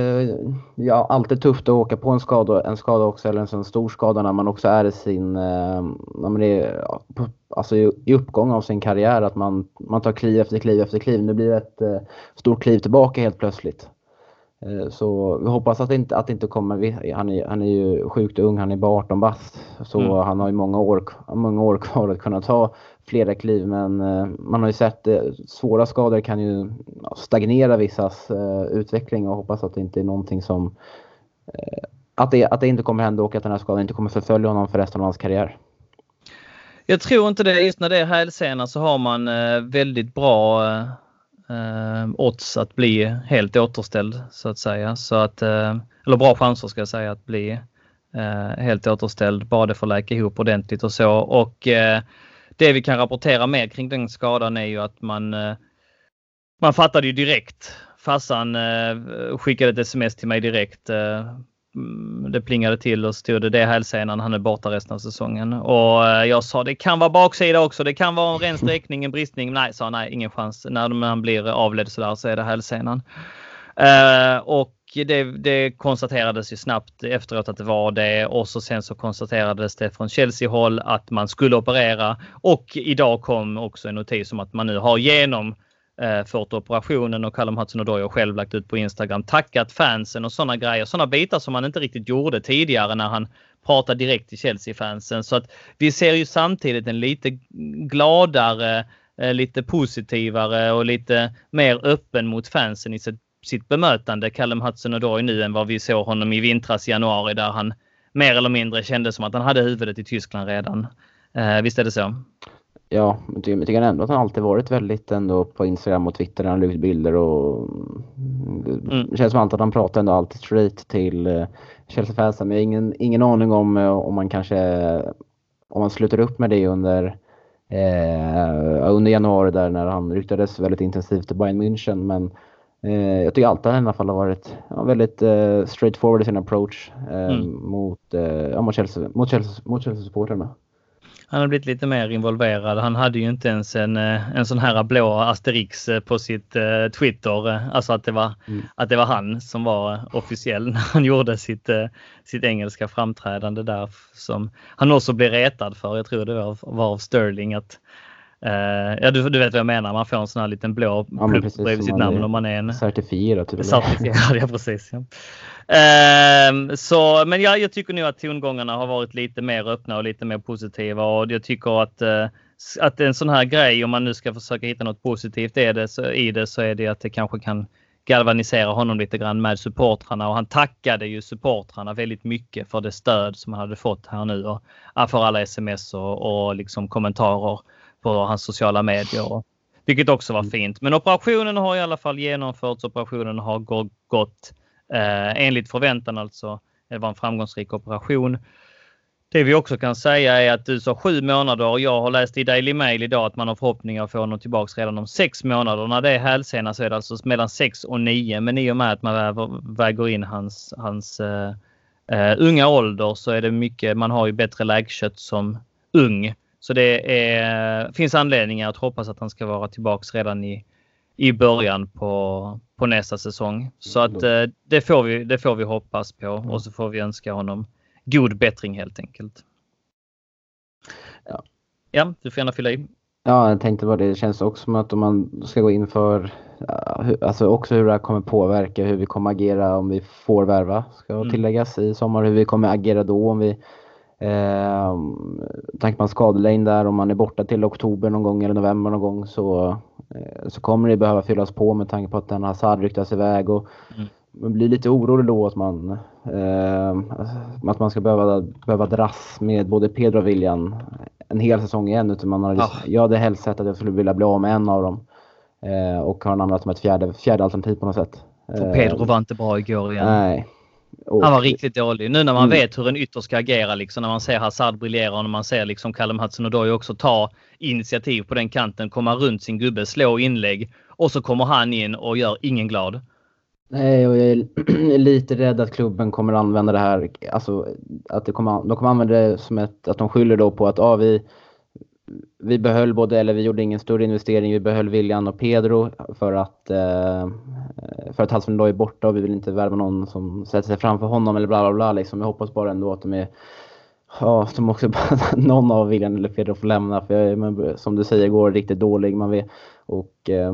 ja, alltid tufft att åka på en skada, en skada också, eller en sån stor skada när man också är i sin eh, när man är, alltså i, i uppgång av sin karriär, att man, man tar kliv efter kliv efter kliv. Nu blir det ett eh, stort kliv tillbaka helt plötsligt. Eh, så vi hoppas att det inte, att det inte kommer, han är, han är ju sjukt ung, han är bara arton bast, så mm. han har ju många år, många år kvar att kunna ta flera kliv, men eh, man har ju sett eh, svåra skador kan ju ja, stagnera vissas eh, utveckling, och hoppas att det inte är någonting som eh, att, det, att det inte kommer hända och att den här skadan inte kommer förfölja honom för resten av hans karriär. Jag tror inte det. Just när det är hälsena så har man eh, väldigt bra eh, odds att bli helt återställd så att säga, så att eh, eller bra chanser ska jag säga att bli eh, helt återställd, bara det får läka ihop ordentligt och så. Och eh, det vi kan rapportera mer kring den skadan är ju att man man fattade ju direkt. Farsan eh, skickade ett sms till mig direkt. Eh, det plingade till och stod det det hälsenan, han är borta resten av säsongen. Och eh, jag sa det kan vara baksida också. Det kan vara en ren sträckning, en bristning. Nej, sa nej, ingen chans. När man blir avledd sådär så är det hälsenan. Eh, och Det, det konstaterades ju snabbt efteråt att det var det, och så sen så konstaterades det från Chelsea-håll att man skulle operera, och idag kom också en notis om att man nu har genom eh, fört operationen, och Callum Hudson-Odoi har själv lagt ut på Instagram, tackat fansen och sådana grejer, sådana bitar som man inte riktigt gjorde tidigare när han pratade direkt till Chelsea-fansen. Så att vi ser ju samtidigt en lite gladare, eh, lite positivare och lite mer öppen mot fansen i sitt sitt bemötande, Callum Hudson-Odoi nu, än vad vi såg honom i vintras i januari, där han mer eller mindre kände som att han hade huvudet i Tyskland redan. Eh, visst är det så? Ja, jag tycker, jag tycker ändå att han alltid varit väldigt ändå på Instagram och Twitter när han lyft bilder och mm. det känns som alltid att han pratar ändå alltid straight till uh, Chelsea-fansen. Men jag har ingen, ingen aning om uh, om man kanske om man slutar upp med det under uh, under januari där när han ryktades väldigt intensivt till Bayern München. Men uh, jag tycker alltid att han i alla fall har varit ja, väldigt uh, straightforward i sin approach uh, mm. mot, uh, ja, mot Chelsea, mot Chelsea, mot Chelsea-supporterna. Han har blivit lite mer involverad. Han hade ju inte ens en, en sån här blå asterix på sitt uh, Twitter. Alltså att det, var, mm. att det var han som var officiell när han gjorde sitt, uh, sitt engelska framträdande där. Som han också blev retad för. Jag tror det var, var av Sterling. Att, uh, ja, du, du vet vad jag menar. Man får en sån här liten blå ja, plupp bredvid sitt namn om man är en... Certifierad. Typ certifierad, ja precis. Ja. Um, så, men ja, jag tycker nu att tongångarna har varit lite mer öppna och lite mer positiva och jag tycker att, uh, att en sån här grej, om man nu ska försöka hitta något positivt i det, så, i det så är det att det kanske kan galvanisera honom lite grann med supportrarna och han tackade ju supportrarna väldigt mycket för det stöd som han hade fått här nu och för alla sms och, och liksom kommentarer på hans sociala medier och, vilket också var fint. Men operationen har i alla fall genomförts, operationen har gått Eh, enligt förväntan alltså. Det var en framgångsrik operation. Det vi också kan säga är att du sa sju månader. Jag har läst i Daily Mail idag att man har förhoppningar att få honom tillbaka redan om sex månader. När det är hälsena så är det alltså mellan sex och nio. Men i och med att man väger, väger in hans, hans uh, uh, unga ålder så är det mycket, man har ju bättre lägkött som ung. Så det är, finns anledningar att hoppas att han ska vara tillbaka redan i i början på, på nästa säsong. Så att eh, det, får vi, det får vi hoppas på. Och så får vi önska honom god bättring helt enkelt. Ja, ja du får gärna fylla i. Ja, jag tänkte bara det. Det känns också som att om man ska gå in för alltså också hur det här kommer påverka, hur vi kommer agera om vi får värva, ska mm. tilläggas i sommar, hur vi kommer agera då om vi Eh, tanke på en skadelängd där, om man är borta till oktober någon gång eller november någon gång så, eh, så kommer det behöva fyllas på med tanke på att den Hazard ryktas iväg och mm. man blir lite orolig då att man eh, att man ska behöva, behöva dras med både Pedro och Willian en hel säsong igen, utan man har liksom, oh. jag hade helst sett att jag skulle vilja bli av med en av dem eh, och ha en annan som ett fjärde, fjärde alternativ på något sätt. För Pedro var inte bra igår igen. Nej. Och han var riktigt dålig. Nu när man mm. vet hur en ytter ska agera, liksom, när man ser Hazard briljera och när man ser liksom Callum Hudson-Odoi också ta initiativ på den kanten, komma runt sin gubbe, slå inlägg och så kommer han in och gör ingen glad. Nej, och jag är lite rädd att klubben kommer använda det här, alltså att det kommer, de kommer använda det som ett, att de skyller då på att ah, vi vi behöll både, eller vi gjorde ingen större investering, vi behöll Willian och Pedro för att eh, för att Hudson-Odoi är borta och vi vill inte värva någon som sätter sig framför honom eller bla bla bla liksom. Jag hoppas bara ändå att de är ja, som också någon av Willian eller Pedro får lämna, för jag, men, som du säger går riktigt dålig, man vill, och eh,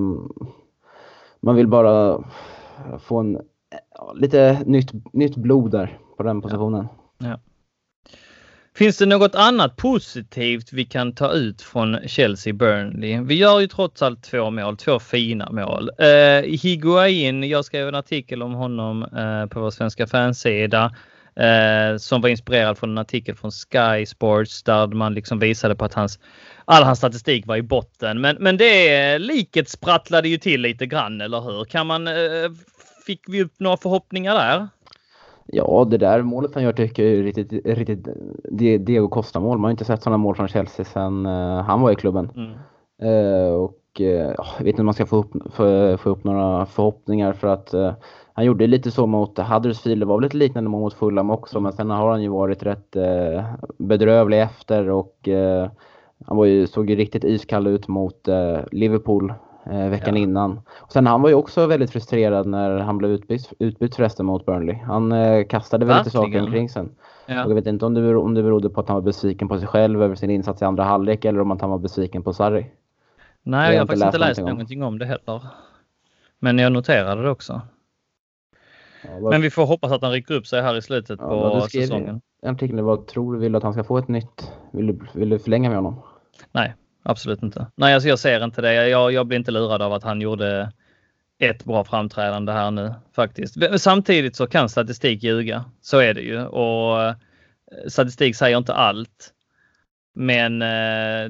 man vill bara få en ja, lite nytt, nytt blod där på den positionen. Ja. Ja. Finns det något annat positivt vi kan ta ut från Chelsea-Burnley? Vi gör ju trots allt två mål, två fina mål. Eh, Higuain, jag skrev en artikel om honom eh, på vår svenska fansida eh, som var inspirerad från en artikel från Sky Sports där man liksom visade på att hans, all hans statistik var i botten. Men, men det liket sprattlade ju till lite grann, eller hur? Kan man, eh, fick vi upp några förhoppningar där? Ja, det där målet han gör tycker jag är riktigt, riktigt Diego Costa-mål. Man har inte sett sådana mål från Chelsea sedan uh, han var i klubben. Mm. Uh, och uh, jag vet inte om man ska få upp, få, få upp några förhoppningar för att uh, han gjorde lite så mot Huddersfield. Det var väl lite liknande mot Fulham också, mm. men sen har han ju varit rätt uh, bedrövlig efter och uh, han var ju, såg ju riktigt iskall ut mot uh, Liverpool Eh, veckan ja. innan. Och sen han var ju också väldigt frustrerad när han blev utbytt, utbytt förresten mot Burnley. Han eh, kastade väl lite saker omkring sen. Ja. Och jag vet inte om det, om det berodde på att han var besviken på sig själv över sin insats i andra halvlek eller om att han var besviken på Sarri. Nej, jag, jag har faktiskt inte läst någonting, någonting om det heller. Men jag noterade det också. Ja, vad... Men vi får hoppas att han rycker upp sig här i slutet ja, på säsongen. Artikeln var, tror du vill att han ska få ett nytt? Vill du, vill du förlänga med honom? Nej. Absolut inte. Nej, alltså jag ser inte det. Jag, jag blir inte lurad av att han gjorde ett bra framträdande här nu faktiskt. Samtidigt så kan statistik ljuga. Så är det ju. Och statistik säger inte allt. Men eh,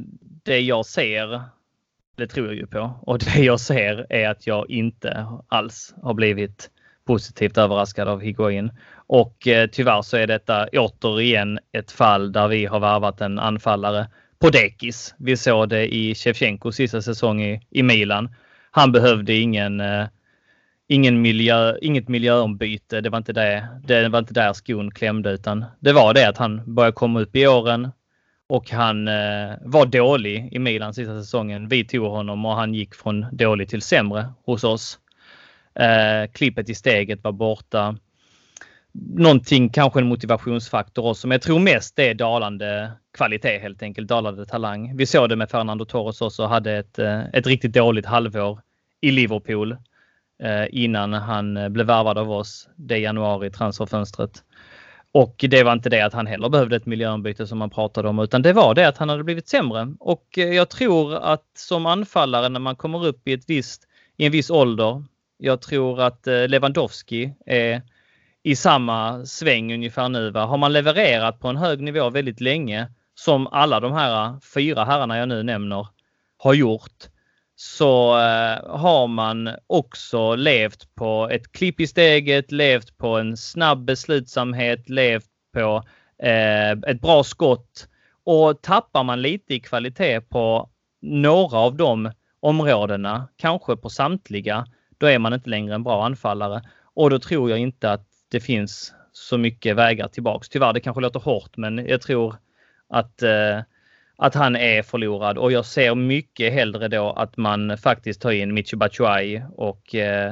det jag ser, det tror jag ju på. Och det jag ser är att jag inte alls har blivit positivt överraskad av Higuain. Och eh, tyvärr så är detta återigen ett fall där vi har värvat en anfallare på dekis. Vi såg det i Shevchenkos sista säsong i, i Milan. Han behövde ingen, eh, ingen miljö, inget miljöombyte. Det var inte det, det var inte där skon klämde, utan det var det att han började komma upp i åren. Och han eh, var dålig i Milan sista säsongen. Vi tog honom och han gick från dålig till sämre hos oss. Eh, klippet i steget var borta. Någonting, kanske en motivationsfaktor också. Men jag tror mest det är dalande kvalitet helt enkelt. Dalande talang. Vi såg det med Fernando Torres också. Hade ett, ett riktigt dåligt halvår i Liverpool. Eh, innan han blev värvad av oss. Det januari transferfönstret. Och det var inte det att han heller behövde ett miljöombyte som man pratade om, utan det var det att han hade blivit sämre. Och jag tror att som anfallare när man kommer upp i, ett visst, i en viss ålder, jag tror att Lewandowski är i samma sväng ungefär nu. Va? Har man levererat på en hög nivå väldigt länge, som alla de här fyra herrarna jag nu nämner har gjort, så eh, har man också levt på ett klipp i steget, levt på en snabb beslutsamhet, levt på eh, ett bra skott, och tappar man lite i kvalitet på några av de områdena, kanske på samtliga, då är man inte längre en bra anfallare, och då tror jag inte att det finns så mycket vägar tillbaks. Tyvärr, det kanske låter hårt, men jag tror att eh, att han är förlorad, och jag ser mycket hellre då att man faktiskt tar in Michy Batshuayi och eh,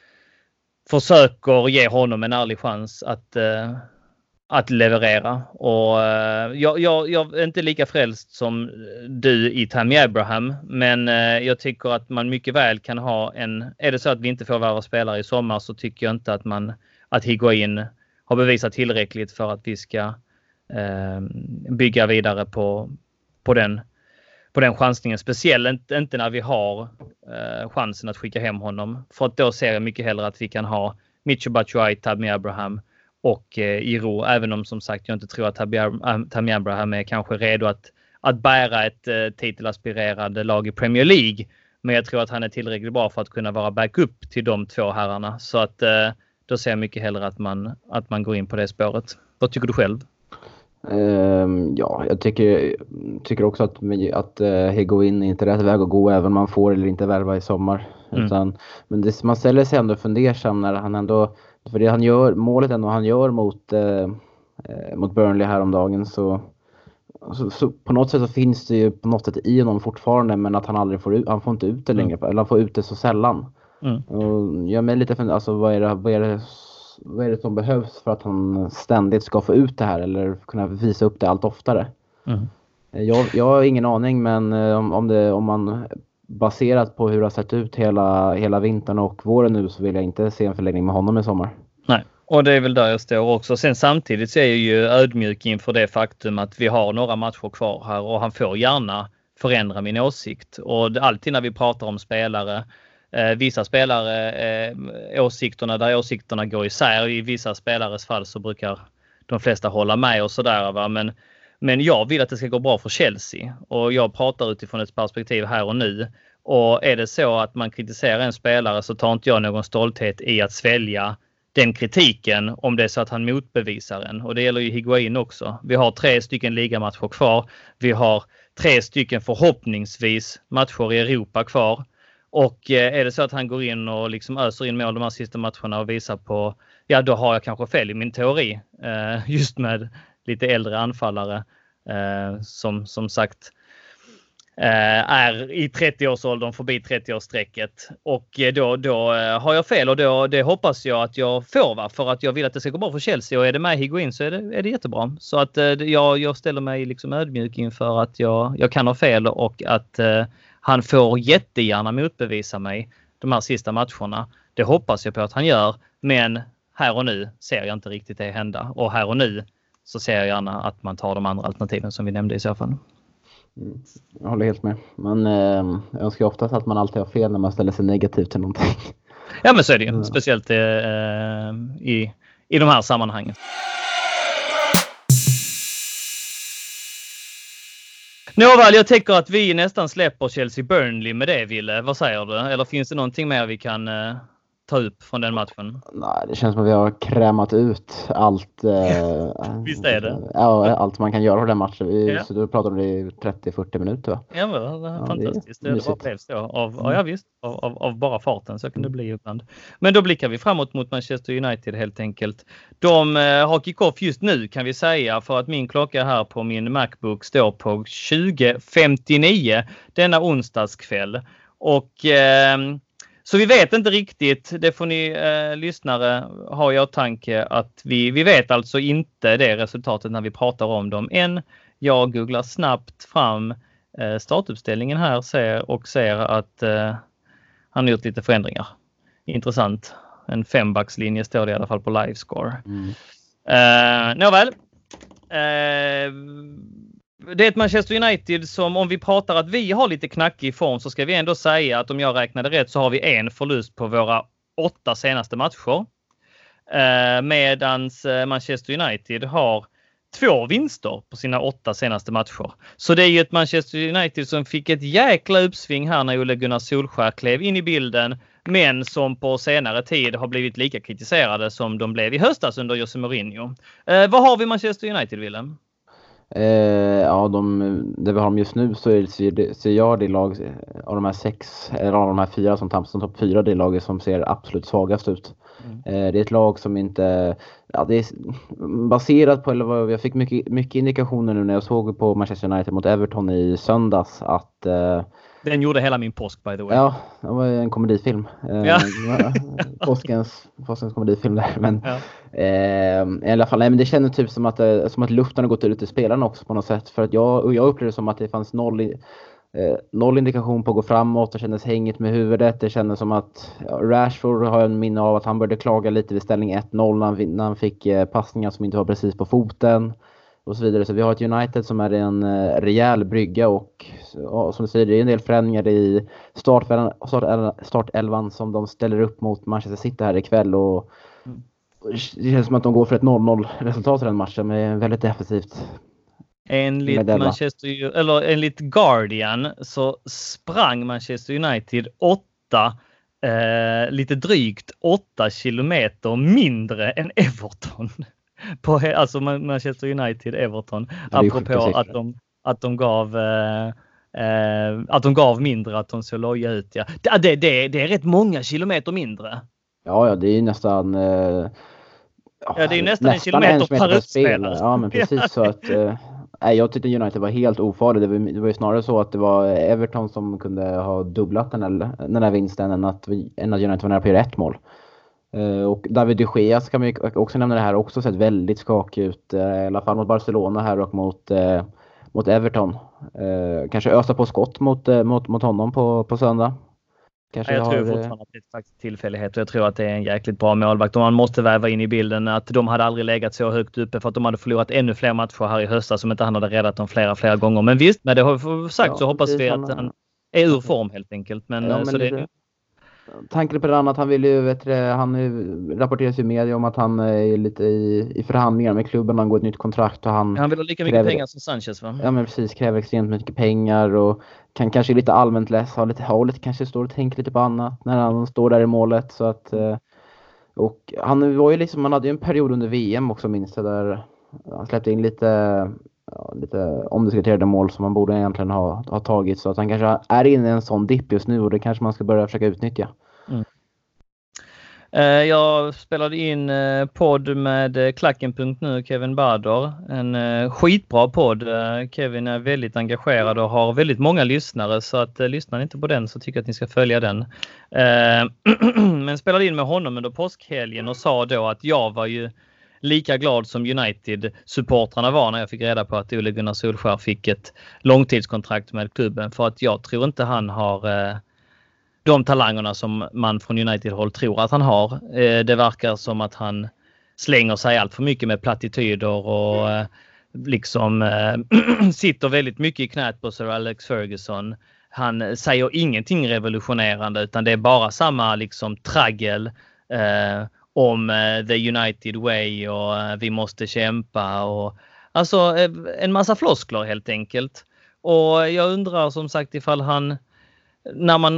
försöker ge honom en ärlig chans att, eh, att leverera. Och eh, jag, jag, jag är inte lika frälst som du i Tammy Abraham, men eh, jag tycker att man mycket väl kan ha en, är det så att vi inte får vara spelare i sommar, så tycker jag inte att man att Higuain har bevisat tillräckligt för att vi ska eh, bygga vidare på på den, på den chansningen. Speciellt inte, inte när vi har eh, chansen att skicka hem honom. För att då ser jag mycket hellre att vi kan ha Michy Batshuayi, Tammy Abraham och eh, Iro. Även om som sagt jag inte tror att Tammy Abraham är kanske redo att, att bära ett eh, titelaspirerande lag i Premier League. Men jag tror att han är tillräckligt bra för att kunna vara backup till de två herrarna. Så att eh, då ser jag mycket hellre att man, att man går in på det spåret. Vad tycker du själv? Uh, ja, jag tycker, tycker också att, att uh, Higuain är inte rätt väg att gå, även om man får eller inte värva i sommar. Mm. Utan, men det, man ställer sig ändå fundersam när han ändå, för det han gör, målet ändå han gör mot, uh, mot Burnley häromdagen, så, så, så på något sätt så finns det ju på något sätt i honom fortfarande, men att han aldrig får ut, han får inte ut det längre, mm. eller han får ut det så sällan. Mm. Och jag är lite för, alltså vad är det, vad är det Vad är det som behövs för att han ständigt ska få ut det här eller kunna visa upp det allt oftare? Mm. Jag, jag har ingen aning, men om, om, det, om man baserat på hur det har sett ut hela, hela vintern och våren nu, så vill jag inte se en förlängning med honom i sommar. Nej, och det är väl där jag står också. Sen samtidigt så är jag ju ödmjuk inför det faktum att vi har några matcher kvar här, och han får gärna förändra min åsikt. Och det, alltid när vi pratar om spelare, Eh, vissa spelare, eh, åsikterna där åsikterna går isär. I vissa spelares fall så brukar de flesta hålla med och sådär. Va? Men, men jag vill att det ska gå bra för Chelsea. Och jag pratar utifrån ett perspektiv här och nu. Och är det så att man kritiserar en spelare, så tar inte jag någon stolthet i att svälja den kritiken om det är så att han motbevisar en. Och det gäller ju Higuain också. Vi har tre stycken ligamatcher kvar. Vi har tre stycken förhoppningsvis matcher i Europa kvar. Och är det så att han går in och liksom öser in mål de här sista matcherna och visar på, ja då har jag kanske fel i min teori. Eh, just med lite äldre anfallare eh, som som sagt eh, är i trettio-årsåldern förbi trettio-årsstrecket. Och då, då eh, har jag fel, och då, det hoppas jag att jag får, va? För att jag vill att det ska gå bra för Chelsea, och är det med Higuain så är det, är det jättebra. Så att eh, jag, jag ställer mig liksom ödmjuk inför att jag, jag kan ha fel, och att eh, han får jättegärna motbevisa mig de här sista matcherna. Det hoppas jag på att han gör. Men här och nu ser jag inte riktigt det hända. Och här och nu så ser jag gärna att man tar de andra alternativen som vi nämnde i så fall. Mm, jag håller helt med. Man eh, önskar oftast att man alltid har fel när man ställer sig negativt till någonting. Ja, men så är det ju. Mm. Speciellt eh, i, i de här sammanhangen. Nåväl, jag tänker att vi nästan släpper Chelsea-Burnley med det, Ville. Vad säger du? Eller finns det någonting mer vi kan uh, ta upp från den matchen? Nej, det känns som att vi har krämat ut allt. Uh, Visst är det? Ja, allt man kan göra på den matchen. Vi, ja. Så du pratade om det i trettio till fyrtio minuter, va? Ja, men, det är ja, fantastiskt. Det, det var blev så. Av, ja, visst. Av, av, av bara farten så kan det bli ibland. Men då blickar vi framåt mot Manchester United helt enkelt. De uh, har kick-off just nu kan vi säga, för att min klocka här på min MacBook står på tjugo femtionio denna onsdagskväll. Och uh, så vi vet inte riktigt, det får ni uh, lyssnare ha i åtanke, att vi, vi vet alltså inte det resultatet när vi pratar om dem än. Jag googlar snabbt fram uh, startuppställningen här ser, och ser att uh, han har gjort lite förändringar. Intressant. En fembackslinje står det i alla fall på livescore. Mm. Uh, Nåväl. Uh, det är ett Manchester United som, om vi pratar att vi har lite knackig form, så ska vi ändå säga att om jag räknade rätt så har vi en förlust på våra åtta senaste matcher. Uh, medans Manchester United har två vinster på sina åtta senaste matcher. Så det är ju ett Manchester United som fick ett jäkla uppsving här när Ole Gunnar Solskjær klev in i bilden, men som på senare tid har blivit lika kritiserade som de blev i höstas under Jose Mourinho. Eh, vad har vi Manchester United, Willem? Eh, ja, de, det vi har dem just nu så är, ser jag det lag av de här sex, eller av de här fyra som tampas som topp fyra, det laget som ser absolut svagast ut. Mm. Eh, det är ett lag som inte, ja, det är baserat på, eller vad, jag fick mycket, mycket indikationer nu när jag såg på Manchester United mot Everton i söndags att eh, den gjorde hela min påsk, by the way. Ja, det var en komedifilm. Ja. Påskens, påskens komedifilm där. Men ja. eh, i alla fall, nej, men det kändes typ som att, som att luften har gått ut i spelarna också på något sätt. För att jag, jag upplevde det som att det fanns noll, eh, noll indikation på att gå framåt. Det kändes hängigt med huvudet. Det kändes som att ja, Rashford har en minne av att han började klaga lite vid ställning ett noll när han, när han fick eh, passningar som inte var precis på foten. Och så vidare. Så vi har ett United som är en uh, rejäl brygga och ja, som du säger, det är en del förändringar i startelvan, startelvan som de ställer upp mot Manchester City här ikväll. Och mm. det känns som att de går för ett noll noll resultat i den matchen, men väldigt defensivt. Enligt Manchester, eller enligt Guardian så sprang Manchester United åtta, eh, lite drygt åtta kilometer mindre än Everton. På, alltså Manchester United Everton, apropå att de, att de gav eh, eh, att de gav mindre, att de så loja ut. Ja. Det, det, det är rätt många kilometer mindre. Ja, ja, det är nästan eh, ja, det är nästan, nästan en kilometer, en per utspelare. Ja, men precis så att eh, nej, jag tyckte United var helt ofarlig. Det var, det var ju snarare så att det var Everton som kunde ha dubblat den här, den här vinsten än att, än att United var nära på att göra ett mål. Och David de Gea ska man också nämna det här, också sett väldigt skakig ut, i alla fall mot Barcelona här och mot, eh, mot Everton. Eh, kanske ösa på skott mot, eh, mot, mot honom på, på söndag. Kanske jag har, tror fortfarande att det är faktiskt tillfällighet, och jag tror att det är en jäkligt bra målvakt. Och man måste väva in i bilden att de hade aldrig legat så högt uppe, för att de hade förlorat ännu fler matcher här i höstas som inte han hade räddat dem flera, flera gånger. Men visst, när det har sagt ja, så hoppas vi att han är ur form helt enkelt. Men, ja, men så det, det tanken på det annat, han vill ju, vet du, han rapporteras i media om att han är lite i, i förhandlingar med klubben, han går ett nytt kontrakt och han... Han vill ha lika kräver, mycket pengar som Sanchez, va? Ja, men precis, kräver extremt mycket pengar och kan kanske lite allmänt läsa, ha lite hållet, kanske står och tänker lite på annat när han står där i målet, så att... Och han var ju liksom, han hade ju en period under V M också, minst där han släppte in lite... Ja, lite omdiskuterade mål som man borde egentligen ha, ha tagit, så att han kanske är inne i en sån dipp just nu och det kanske man ska börja försöka utnyttja. Mm. Jag spelade in podd med Klacken punkt nu, Kevin Bader, en skitbra podd. Kevin är väldigt engagerad och har väldigt många lyssnare, så att lyssnar ni inte på den så tycker jag att ni ska följa den. Men spelade in med honom under påskhelgen och sa då att jag var ju lika glad som United-supportrarna var när jag fick reda på att Ole Gunnar Solskjær fick ett långtidskontrakt med klubben. För att jag tror inte han har eh, de talangerna som man från United-håll tror att han har. Eh, det verkar som att han slänger sig allt för mycket med plattityder och eh, liksom eh, sitter väldigt mycket i knät på Sir Alex Ferguson. Han säger ingenting revolutionerande, utan det är bara samma liksom traggel eh, om uh, the United way och uh, vi måste kämpa och alltså uh, en massa floskler helt enkelt. och jag undrar som sagt ifall han, när man,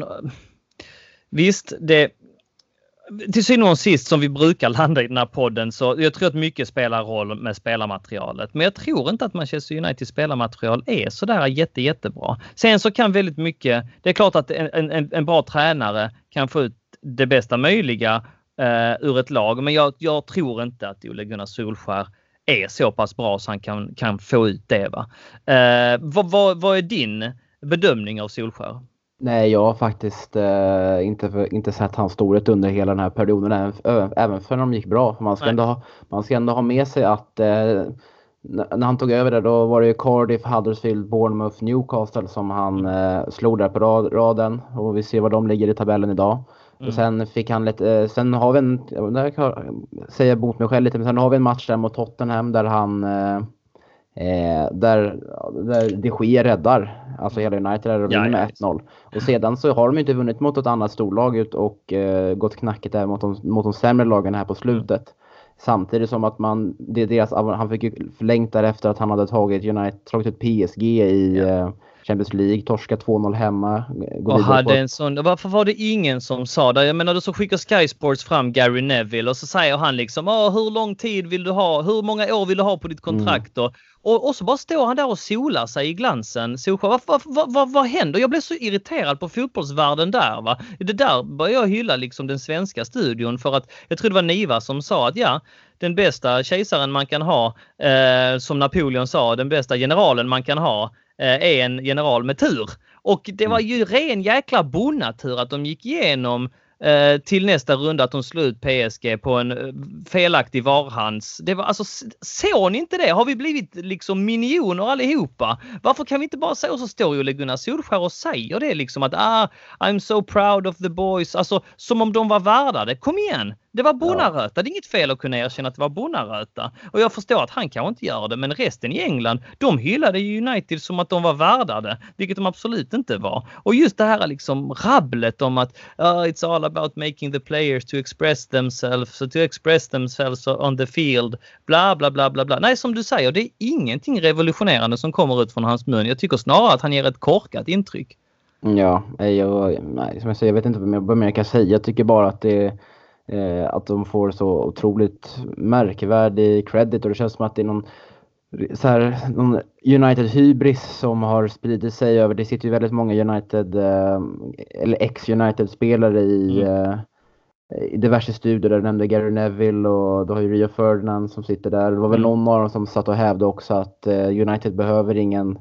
visst det, till syvende och sist som vi brukar landa i den här podden, så jag tror att mycket spelar roll med spelarmaterialet. Men jag tror inte att Manchester United spelarmaterial är sådär jätte, jättebra. Sen så kan väldigt mycket, det är klart att en, en, en bra tränare kan få ut det bästa möjliga uh, ur ett lag. Men jag, jag tror inte att Ole Gunnar Solskjær är så pass bra så han kan, kan få ut det. Va? Uh, vad, vad, vad är din bedömning av Solskjær? Nej, jag har faktiskt eh, inte, för, inte sett hans storhet under hela den här perioden, även, ö, även för när de gick bra. Man ska, ändå ha, man ska ändå ha med sig att eh, när han tog över det, då var det ju Cardiff, Huddersfield, Bournemouth, Newcastle som han eh, slog där på rad, raden. Och vi ser var de ligger i tabellen idag. Mm. Och sen fick han lite, eh, sen har vi en, jag kan säga mot mig själv lite, men sen har vi en match där mot Tottenham där han eh, Eh, där, där de Gea räddar, alltså hela United är och vinner med ett noll. Och sedan så har de inte vunnit mot ett annat storlag ut och eh, gått knackigt där mot de, mot de sämre lagen här på slutet. Mm. Samtidigt som att man, det är deras, han fick ju förlängt därefter att han hade tagit United, tagit ett P S G i yeah. eh, Champions League, torska två noll hemma. Och hade en sån, varför var det ingen som sa det? Jag menar, då så skickar Sky Sports fram Gary Neville och så säger han liksom, Åh, hur lång tid vill du ha? Hur många år vill du ha på ditt kontrakt? Mm. Och, och så bara står han där och solar sig i glansen. Så, vad, vad, vad, vad, vad händer? Jag blev så irriterad på fotbollsvärlden där. Va? Det där började jag hylla liksom den svenska studion, för att jag tror det var Niva som sa att ja, den bästa kejsaren man kan ha, eh, som Napoleon sa, den bästa generalen man kan ha är en general med tur. Och det var ju ren jäkla bonnatur att de gick igenom eh, till nästa runda, att de slog ut P S G på en eh, felaktig varhands. Det var alltså, såg ni inte det? Har vi blivit liksom miljoner allihopa? Varför kan vi inte bara säga, och så står ju Ole Gunnar Solskjær och säger det liksom att ah, I'm so proud of the boys. Alltså som om de var värda det. Kom igen! Det var Bonaröta. Det är inget fel att kunna erkänna att det var Bonaröta. Och jag förstår att han kanske inte gör det. Men resten i England, de hyllade United som att de var värdade. Vilket de absolut inte var. Och just det här liksom rabblet om att uh, it's all about making the players to express themselves. To express themselves on the field. Bla bla bla bla bla. Nej, som du säger, det är ingenting revolutionerande som kommer ut från hans mun. Jag tycker snarare att han ger ett korkat intryck. Ja, jag, nej, som jag säger, jag vet inte vad mer jag kan säga. Jag tycker bara att det Eh, att de får så otroligt märkvärdig credit, och det känns som att det är någon, så här, någon United-hybris som har spridit sig över. Det sitter ju väldigt många United eh, eller ex-United-spelare i, mm. eh, i diverse studier. Där nämnde Gary Neville, och då har ju Rio Ferdinand som sitter där. Det var väl mm. någon av dem som satt och hävdade också att eh, United behöver ingen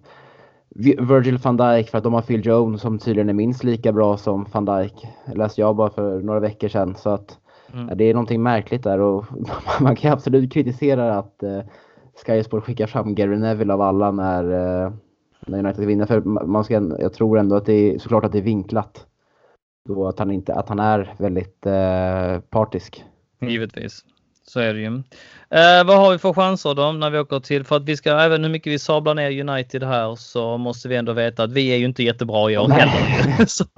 Virgil van Dijk för att de har Phil Jones som tydligen är minst lika bra som van Dijk. Det läste jag bara för några veckor sedan, så att Mm. Ja, det är någonting märkligt där, och man kan absolut kritisera att eh, Sky Sport skickar fram Gary Neville av alla när, eh, när United vinner, för man ska, jag tror ändå att det är såklart att det är vinklat då, att han inte, att han är väldigt eh, partisk. Givetvis. Så är det ju. Eh, vad har vi för chanser då när vi åker till? För att vi ska, även hur mycket vi sablar ner United här, så måste vi ändå veta att vi är ju inte jättebra i år heller. så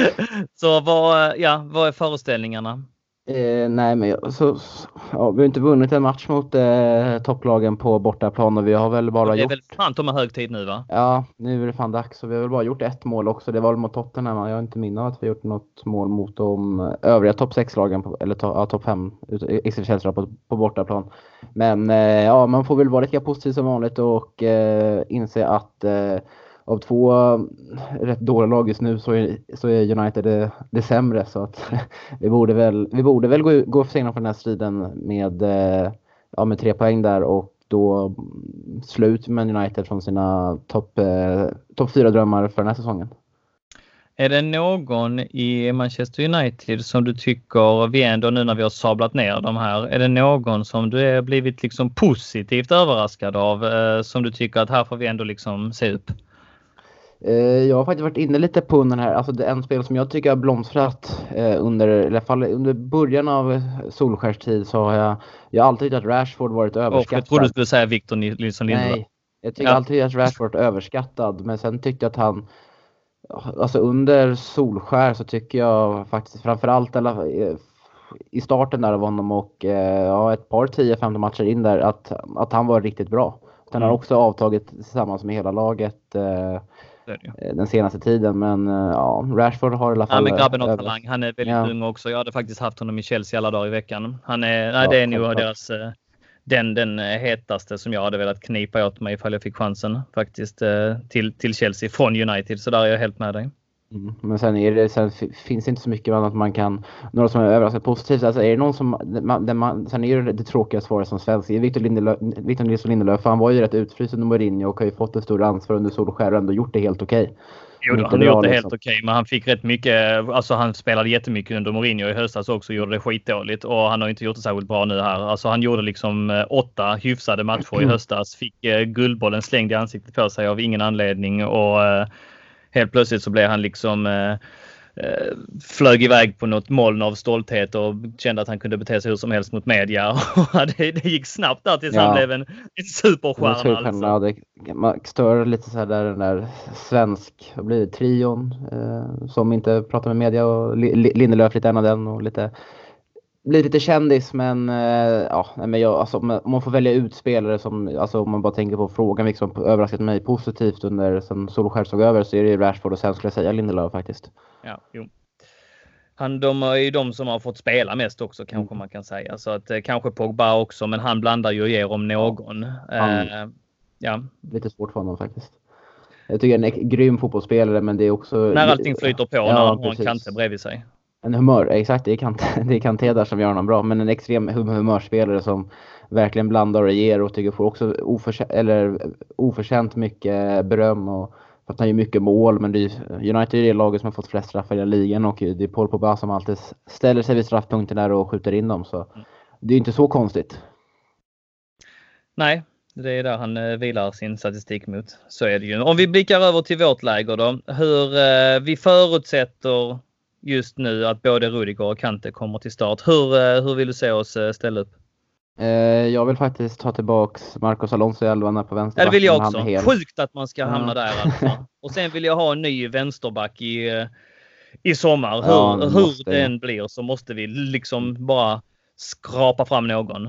så vad, ja, vad är föreställningarna? Eh, nej, men så, ja, vi har inte vunnit en match mot eh, topplagen på bortaplan, och vi har väl bara gjort... Det är gjort... väl fan Tom hög tid nu, va? Ja, nu är det fan dags, så vi har väl bara gjort ett mål också. Det var väl mot Tottenham. Jag har inte minne av att vi har gjort något mål mot de övriga topp sex-lagen, på, eller to, ja, topp fem på, på bortaplan. Men eh, ja, man får väl vara lika positiv som vanligt och eh, inse att eh, av två rätt dåliga lag just nu så är, så är United det, det sämre, så att vi borde väl, vi borde väl gå, gå för sena på den här striden med, ja, med tre poäng där, och då slut med United från sina topp eh, topp fyra drömmar för den här säsongen. Är det någon i Manchester United som du tycker, vi ändå nu när vi har sablat ner de här, är det någon som du är blivit liksom positivt överraskad av, eh, som du tycker att här får vi ändå liksom se upp? Jag har faktiskt varit inne lite på den här, alltså det är en spel som jag tycker har blomstrat eh, under, i alla fall under början av Solskjärs tid, så har jag, jag har alltid tyckt att Rashford varit överskattad. Och jag trodde du skulle säga Victor Nilsson Lindelöf. Nej, jag tycker ja. alltid att Rashford varit överskattad, men sen tyckte jag att han, alltså under Solskjär så tycker jag faktiskt framförallt eller, i starten där av honom och ja, ett par tio femton matcher in där, att, att han var riktigt bra. Att Kraften har också avtagit tillsammans med hela laget eh, den senaste tiden. Men eh, ja, Rashford har i alla fall... Ja, men grabben har över... talang. Han är väldigt ja. ung också. Jag hade faktiskt haft honom i Chelsea alla dagar i veckan. Han är, nej, Ja, det är nog självklart. deras... Den, den hetaste som jag hade velat knipa åt mig ifall jag fick chansen faktiskt till, till Chelsea från United. Så där är jag helt med dig. Mm. Men sen, är det, sen finns det inte så mycket annat man kan... Några som är överraskat positivt. Alltså är det någon som... Man, man, sen är det det tråkiga svaret som svensk. Victor Lindelöf, Victor Nilsson Lindelöf, för han var ju rätt utfryst under Mourinho och har ju fått ett stort ansvar under Solskjaer och ändå gjort det helt okej. Okay. Jo, han har gjort det helt okej, men han fick rätt mycket, alltså han spelade jättemycket under Mourinho i höstas också och gjorde det skitdåligt och han har inte gjort det särskilt bra nu här. Alltså han gjorde liksom åtta hyfsade matcher i höstas, fick guldbollen slängd i ansiktet på sig av ingen anledning och helt plötsligt så blev han liksom flög iväg på något moln av stolthet och kände att han kunde bete sig hur som helst mot media. det, det gick snabbt där tills ja. han blev en, en superstjärna. Alltså. Ja, det, man stör lite så här där den där svensk, vad blir det, trion eh, som inte pratar med media och Lindelöf lite en av den och lite blir lite kändis, men eh, ja, men jag, alltså, om man får välja ut spelare som, alltså om man bara tänker på frågan vilket som överraskat mig positivt under sen Solskjaer såg över, så är det ju Rashford och sen skulle jag säga Lindelöf faktiskt. Ja, jo. Han, de är ju de som har fått spela mest också kanske mm. man kan säga. Så att eh, kanske Pogba också, men han blandar ju och ger om någon. Ja. Eh, ja. Lite svårt för honom faktiskt. Jag tycker han är en grym fotbollsspelare, men det är också... När allting flyter på, ja, när han har en Kante bredvid sig. En humör, exakt, det är Kante, det är Kante där som gör honom bra, men en extrem humörspelare som verkligen blandar och ger och tycker får också oförtjänt, eller oförtjänt mycket beröm och för att han gör mycket mål, men det är, United är det laget som har fått flest straffar i den ligan och det är Paul Pogba som alltid ställer sig vid straffpunkten där och skjuter in dem, så mm. det är inte så konstigt. Nej, det är där han vilar sin statistik mot. Så är det ju. Om vi blickar över till vårt läger då, hur eh, vi förutsätter just nu att både Rudiger och Kante kommer till start. Hur, hur vill du se oss ställa upp? Eh, jag vill faktiskt ta tillbaks Marcos Alonso i elvan på vänster. Ja, det vill jag också. Sjukt att man ska ja. hamna där alltså. Och sen vill jag ha en ny vänsterback i, i sommar. Hur, ja, hur den blir så måste vi liksom bara skrapa fram någon.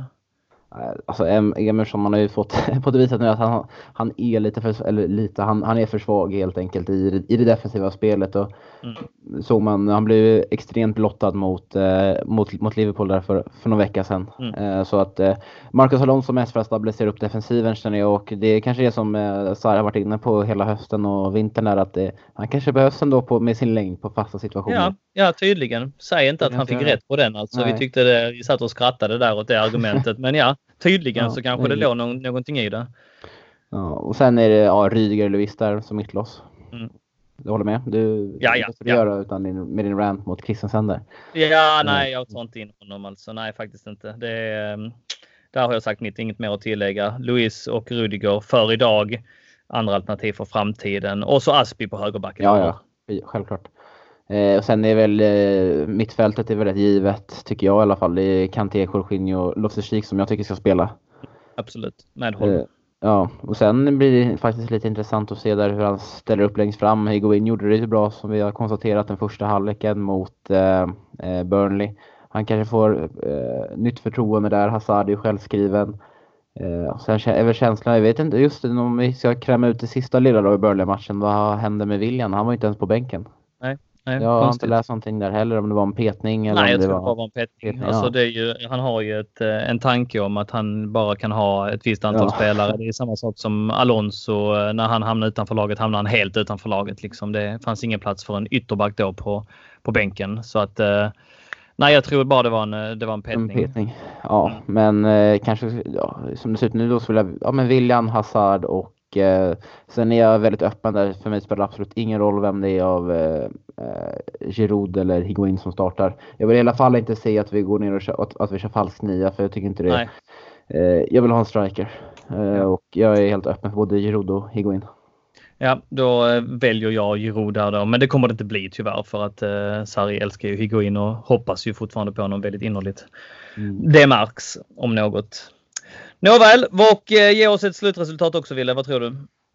Alltså Emerson, man har ju fått på det viset nu att han, han är lite för, eller lite, han, han är för svag helt enkelt i, i det defensiva spelet och mm. så man, han blev extremt blottad mot, eh, mot, mot Liverpool där för, för några veckor sedan. Mm. Eh, så att eh, Marcos Alonso mest för att stabilisera upp defensiven känner jag, och det är kanske det som eh, Sarri har varit inne på hela hösten och vintern är att eh, han kanske behövs ändå på, med sin längd på fasta situationer. Ja, ja tydligen. Säg inte att han fick rätt på den alltså. Nej. Vi tyckte det, vi satt och skrattade där åt det argumentet, men ja. Tydligen ja, så kanske det låg någon, någonting i det. Ja, och sen är det ja, Rydiger eller Luis där som mittloss. Mm. Du håller med? Du, ja, ja, du ja. göra utan din, med din rant mot Christensen där. Ja, nej, jag tar inte in honom alltså. Nej, faktiskt inte. Det är, där har jag sagt mitt, inget mer att tillägga. Luis och Rudiger för idag. Andra alternativ för framtiden. Och så Aspi på högerbacken. Ja, ja. Självklart. Eh, och sen är väl eh, mittfältet är väl rätt givet, tycker jag i alla fall. Det är Kanté, Jorginho och Loftus-Cheek som jag tycker ska spela. Absolut, medhåll. Eh, ja, och sen blir det faktiskt lite intressant att se där hur han ställer upp längst fram. Higuain gjorde det ju bra som vi har konstaterat den första halvleken mot eh, eh, Burnley. Han kanske får eh, nytt förtroende där. Hazard är ju självskriven. Eh, och sen är väl känslan, jag vet inte, just det, om vi ska kräma ut det sista lilla då i Burnley-matchen, vad hände med William? Han var inte ens på bänken. Nej. Nej, jag har inte läst någonting där heller om det var en petning. Eller Nej, om jag det tror var... det var en petning. petning alltså, ja. det är ju, han har ju ett, en tanke om att han bara kan ha ett visst antal ja. spelare. Det är samma sak som Alonso. När han hamnar utanför laget hamnar han helt utanför laget. Liksom. Det fanns ingen plats för en ytterback då på, på bänken. Så att, nej, jag tror bara det var en, det var en petning. En petning. Ja, mm. men eh, kanske ja, som det ser ut nu då så vill jag, ja men William, Hazard och Eh, sen är jag väldigt öppen där. För mig spelar det absolut ingen roll vem det är av eh, eh, Giroud eller Higuain som startar. Jag vill i alla fall inte se att vi går ner och kör, att, att vi kör falsk nia, för jag tycker inte det. Eh, jag vill ha en striker eh, ja. och jag är helt öppen för både Giroud och Higuain. Ja, då eh, väljer jag Giroud där då, men det kommer det inte bli tyvärr för att eh, Sarri älskar ju Higuain och hoppas ju fortfarande på honom väldigt innerligt. Mm. Det märks om något. Nåväl, och eh, ge oss ett slutresultat också, Ville. Vad tror du?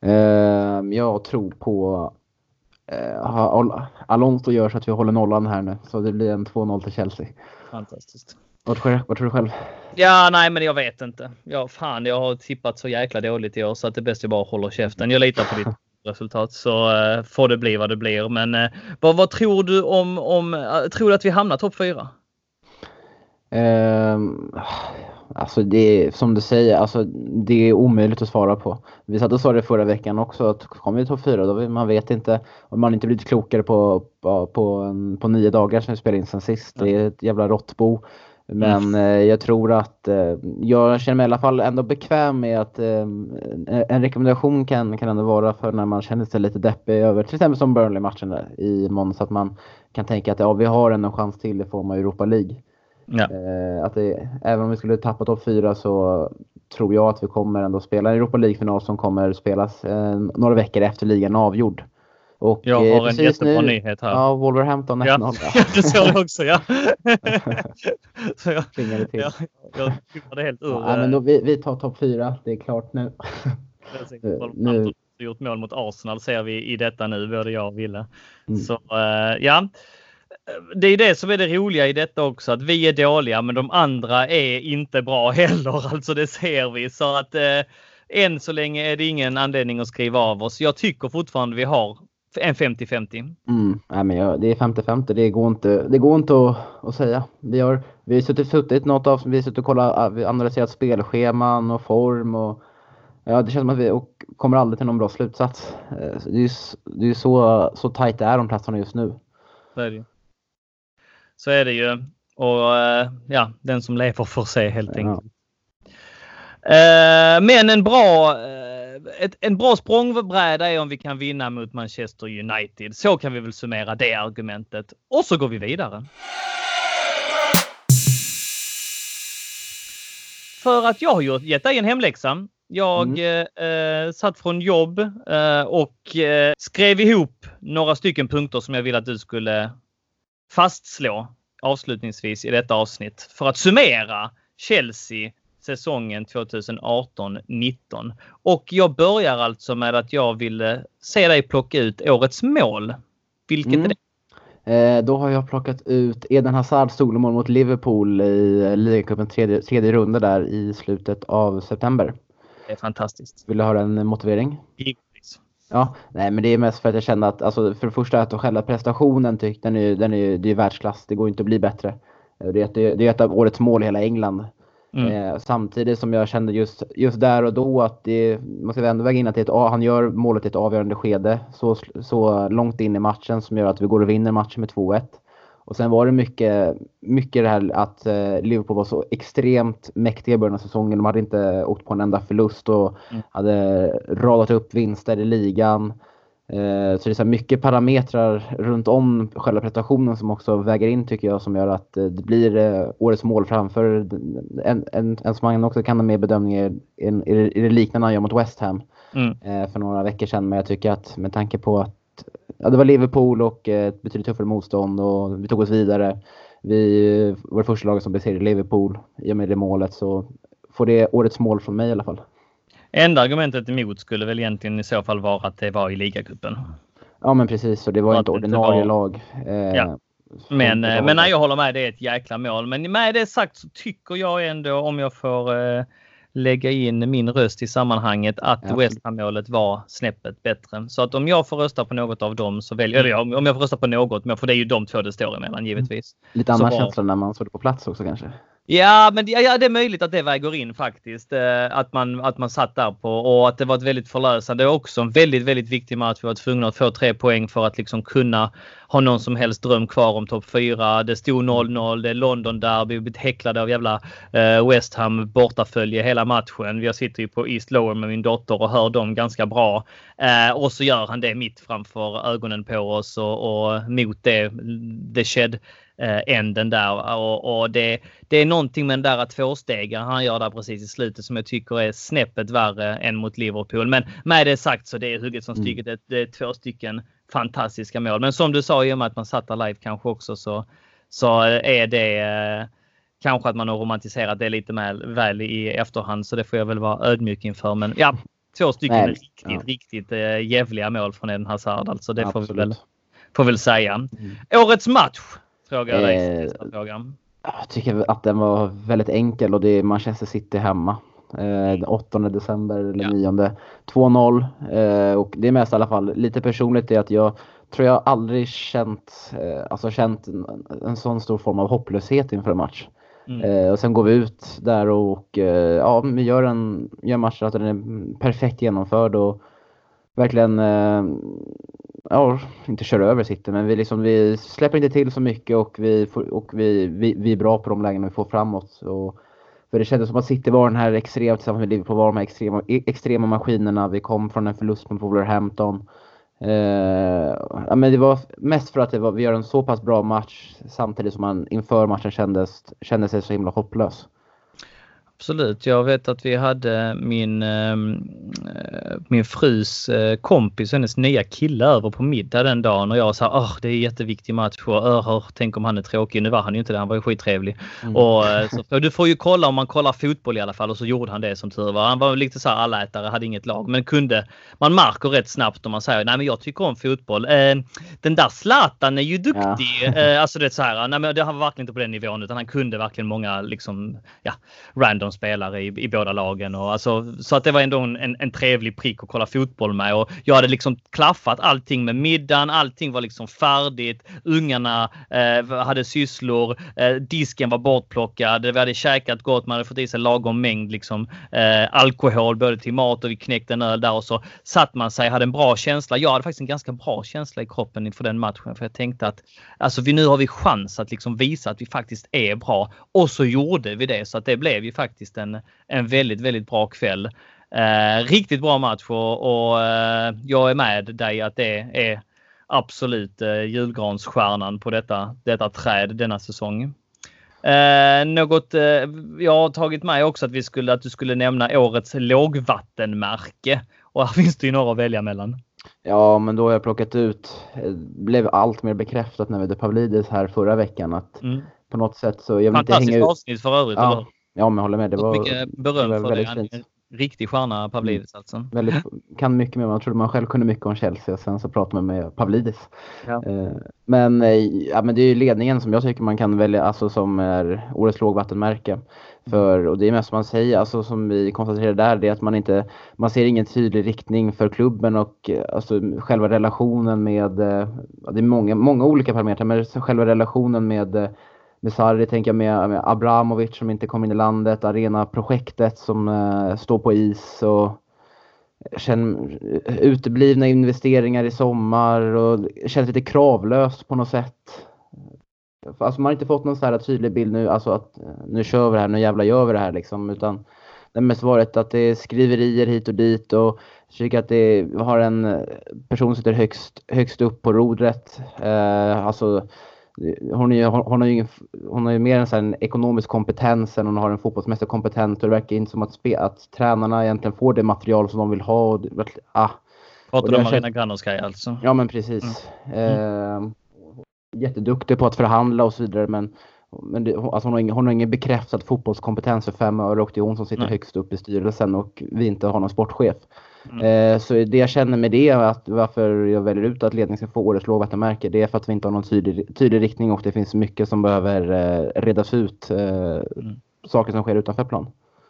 Uh, jag tror på uh, Alonso gör så att vi håller nollan här nu. Så det blir en två noll till Chelsea. Fantastiskt. Vad tror, vad tror du själv? Ja, nej, men jag vet inte. Ja, fan, jag har tippat så jäkla dåligt i år så att det bästa är bara att hålla käften. Jag litar på ditt resultat så uh, får det bli vad det blir. Men uh, vad, vad tror du om, om uh, tror du att vi hamnar topp fyra? Um, alltså det är som du säger, alltså det är omöjligt att svara på. Vi satt och sa det förra veckan också att kommer vi topp fyra då man vet inte om man inte blivit klokare på på, på, på nio dagar som vi spelade in sen sist. Det är ett jävla råttbo. Men mm. eh, jag tror att eh, jag känner mig i alla fall ändå bekväm med att eh, en rekommendation kan, kan ändå vara för när man känner sig lite deppig över till exempel som Burnley-matchen i måndags att man kan tänka att ja, vi har en chans till i form av Europa League. Ja. Eh, att det, även om vi skulle tappa topp fyra så tror jag att vi kommer ändå spela en Europa League-final som kommer spelas eh, några veckor efter ligan avgjord. Och jag har en jättebra nu, nyhet här. Ja, Wolverhampton ett noll. Ja, det såg jag också, ja. Så jag, Tvingade till. Jag, jag det helt ur. Ja, men då, vi, vi tar topp fyra, det är klart nu. Nu har gjort mål mot Arsenal ser vi i detta nu, både jag och Ville. Mm. Så uh, ja, det är det som är det roliga i detta också, att vi är dåliga men de andra är inte bra heller, alltså det ser vi. Så att uh, än så länge är det ingen anledning att skriva av oss. Jag tycker fortfarande vi har en femtio femtio. Mm, nej men jag, det är femtio femtio, det går inte, det går inte att, att säga. Vi har, vi har suttit, suttit något av, vi har suttit och kollat, analyserat spelscheman och form och ja, det känns som att vi och kommer aldrig till någon bra slutsats. Det är ju det är så, så tajt det är de platserna just nu. Så är det ju. Så är det ju. Och ja, den som lever får se helt enkelt. Ja. Men en bra ett, en bra språngbräda är om vi kan vinna mot Manchester United. Så kan vi väl summera det argumentet. Och så går vi vidare. För att jag har gett dig en hemläxa. Jag mm. eh, satt från jobb eh, och eh, skrev ihop några stycken punkter som jag vill att du skulle fastslå avslutningsvis i detta avsnitt. För att summera Chelsea säsongen tjugoarton nitton. Och jag börjar alltså med att jag ville se dig plocka ut årets mål. Vilket mm. är det? Eh, då har jag plockat ut Eden Hazard solomål mot Liverpool i ligacupens tredje, tredje runda där i slutet av september. Det är fantastiskt. Vill du höra en motivering? Givetvis. Ja, nej men det är mest för att jag kände att alltså, för det första att själva prestationen tyckte den är, den är, det är världsklass. Det går inte att bli bättre. Det är, det är ett av årets mål i hela England. Mm. Eh, samtidigt som jag kände just, just där och då att det, man ska ändå väga in att det är ett, han gör målet i ett avgörande skede så, så långt in i matchen som gör att vi går och vinner matchen med två ett. Och sen var det mycket, mycket det här att eh, Liverpool var så extremt mäktiga i början av säsongen. De hade inte åkt på en enda förlust och mm. hade radat upp vinster i ligan. Eh, så det är så mycket parametrar runt om själva prestationen som också väger in tycker jag, som gör att eh, det blir eh, årets mål framför en, en, en som man också kan ha med bedömningar i, i, i det liknande han gör mot West Ham mm. eh, för några veckor sedan. Men jag tycker att med tanke på att ja, det var Liverpool och eh, ett betydligt tuffare motstånd och vi tog oss vidare. Vi var första laget som besegrade Liverpool i och med det målet, så får det årets mål från mig i alla fall. Enda argumentet emot skulle väl egentligen i så fall vara att det var i ligacupen. Ja men precis, så det var inte ordinarie var... lag. Eh, ja. Men, eh, men när jag håller med, det är ett jäkla mål. Men med det sagt så tycker jag ändå, om jag får eh, lägga in min röst i sammanhanget, att ja. West Ham-målet var snäppet bättre. Så att om jag får rösta på något av dem så väljer jag, eller om jag får rösta på något, men för det är ju de två det står emellan givetvis. Lite annan känsla när man såg det på plats också kanske. Ja, men ja, det är möjligt att det väger in faktiskt. Att man, att man satt där på, och att det var ett väldigt förlösande. Det var också en väldigt, väldigt viktig match. Vi var tvungna att få tre poäng för att liksom kunna ha någon som helst dröm kvar om topp fyra. Det stod noll noll, det är London där. Vi blev häcklade av jävla eh, West Ham bortafölje hela matchen. Jag sitter ju på East Lower med min dotter och hör dem ganska bra. Eh, och så gör han det mitt framför ögonen på oss och, och mot det, det skedde. Änden där och, och det, det är någonting med den där tvåstegar han gör där precis i slutet som jag tycker är snäppet värre än mot Liverpool. Men med det sagt så det är hugget som stycket. Mm. Det, det är två stycken fantastiska mål. Men som du sa, i och med att man satt där live kanske också, så, så är det eh, kanske att man har romantiserat det lite mer väl i efterhand, så det får jag väl vara ödmjuk inför. Men ja, två stycken Nej, riktigt, ja. riktigt äh, jävliga mål från Eden Hazard. Alltså det får vi väl, får väl säga. Mm. Årets match. Fråga dig, eh, frågan. Jag tycker att den var väldigt enkel och det är Manchester City hemma. Eh, den åttonde december eller Ja. nionde. två noll. Eh, och det är mest i alla fall lite personligt är att jag tror jag aldrig känt, eh, alltså känt en, en sån stor form av hopplöshet inför en match. Mm. Eh, och sen går vi ut där och eh, ja, vi gör en gör match att den är perfekt genomförd och verkligen eh, ja, inte kör över City, men vi, liksom, vi släpper inte till så mycket och vi, får, och vi, vi, vi är bra på de lägena vi får framåt. Och, för det kändes som att City var den här extremt, tillsammans med Liverpool, var de här extrema, extrema maskinerna. Vi kom från en förlust på Wolverhampton. Eh, ja, men det var mest för att det var, vi gör en så pass bra match samtidigt som man inför matchen kändes, kände sig så himla hopplös. Absolut, jag vet att vi hade min, eh, min frus eh, kompis, hennes nya kille över på middag den dagen och jag sa åh det är en jätteviktig match och öh, tänk om han är tråkig. Nu var han ju inte det, han var ju skittrevlig. Mm. Och så, du får ju kolla om man kollar fotboll i alla fall och så gjorde han det som tur var. Han var lite så här allätare, hade inget lag men kunde, man märker rätt snabbt om man säger nej men jag tycker om fotboll. Eh, den där Zlatan är ju duktig. Ja. Eh, alltså det är så här, nej men det han var verkligen inte på den nivån utan han kunde verkligen många liksom, ja, random spelare i, i båda lagen och alltså, så att det var ändå en, en, en trevlig prick att kolla fotboll med och jag hade liksom klaffat allting med middagen, allting var liksom färdigt, ungarna eh, hade sysslor, eh, disken var bortplockad, vi hade käkat gott, man hade fått i sig lagom mängd liksom, eh, alkohol både till mat och vi knäckte en öl där och så satt man sig, hade en bra känsla. Jag hade faktiskt en ganska bra känsla i kroppen inför den matchen för jag tänkte att alltså vi nu har vi chans att liksom visa att vi faktiskt är bra och så gjorde vi det så att det blev ju faktiskt en, en väldigt, väldigt bra kväll. Eh, riktigt bra match och, och eh, jag är med dig att det är absolut eh, julgransstjärnan på detta, detta träd denna säsong. Eh, något eh, jag har tagit med också att vi skulle att du skulle nämna årets lågvattenmärke och här finns det ju några att välja mellan. Ja, men då har jag plockat ut, blev allt mer bekräftat när vi hade Pavlidis här förra veckan att mm. på något sätt så jag vill inte hänga ut. Avsnitt för övrigt. Ja, ja, men jag håller med. Det var mycket beröm det var för väldigt det. Fint. Riktig stjärna Pavlidis alltså. Väldigt, kan mycket mer. Man trodde man själv kunde mycket om Chelsea och sen så pratade man med Pavlidis. Ja. Eh, men, ja, men det är ju ledningen som jag tycker man kan välja alltså, som är årets lågvattenmärke. För, och det är mest som man säger, alltså, som vi konstaterar där, det är att man inte man ser ingen tydlig riktning för klubben och alltså, själva relationen med, det är många, många olika parametrar, men själva relationen med med Sarri tänker jag med, med Abramovic som inte kom in i landet, Arena-projektet som uh, står på is och känn, uteblivna investeringar i sommar och känns lite kravlöst på något sätt. Alltså man har inte fått någon så här tydlig bild nu, alltså att nu kör vi det här, nu jävla gör vi det här liksom, utan det är mest varit att det är skriverier hit och dit och jag tycker att det har en person som sitter högst, högst upp på rodret, uh, alltså Hon, är, hon, har ju, hon har ju mer en sån ekonomisk kompetens än hon har en fotbollsmässig kompetens. Och det verkar inte som att, spe, att tränarna egentligen får det material som de vill ha. Och, ah. Pratar du om Marina Granovskaja alltså? Ja, men precis. Mm. Eh, jätteduktig på att förhandla och så vidare. Men, men det, alltså hon, har ingen, hon har ingen bekräftad fotbollskompetens för fem öre och det är hon som sitter Nej. högst upp i styrelsen och vi inte har någon sportchef. Mm. Eh, så det jag känner med det att varför jag väljer ut att ledningen ska få årets lågvattenmärke, det är för att vi inte har någon tydlig, tydlig riktning och det finns mycket som behöver eh, redas ut, eh, mm. saker som sker utanför plan.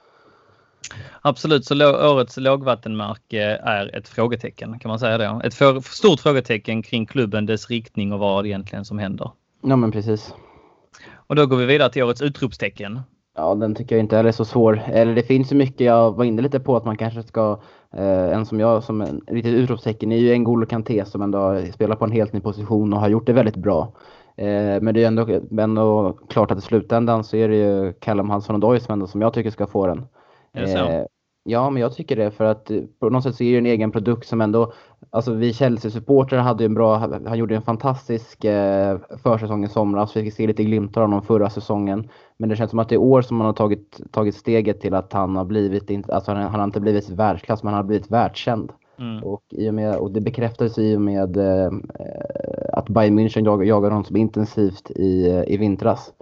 Absolut, så lo- årets lågvattenmärke är ett frågetecken, kan man säga det? Ett för, stort frågetecken kring klubben, dess riktning och vad egentligen som händer. Ja, men precis. Och då går vi vidare till årets utropstecken. Ja, den tycker jag inte är så svår. Eller det finns så mycket, jag var inne lite på att man kanske ska, eh, en som jag som en riktigt utropstecken är ju N'Golo Kanté som ändå spelar på en helt ny position och har gjort det väldigt bra. Eh, men det är ändå, ändå klart att i slutändan så är det ju Callum Hudson-Odoi som, som jag tycker ska få den. Är det så? Eh, ja, men jag tycker det för att på något sätt så är det en egen produkt som ändå, alltså vi Chelsea-supportrar hade ju en bra, han gjorde en fantastisk eh, försäsong i somras, vi fick se lite glimtar av honom förra säsongen, men det känns som att det är år som man har tagit, tagit steget till att han har blivit, alltså han, han har inte blivit världsklass, men han har blivit världskänd. Mm. Och, i och, med, och det bekräftades i och med eh, att Bayern München jag, jagade honom så intensivt i, i vintras.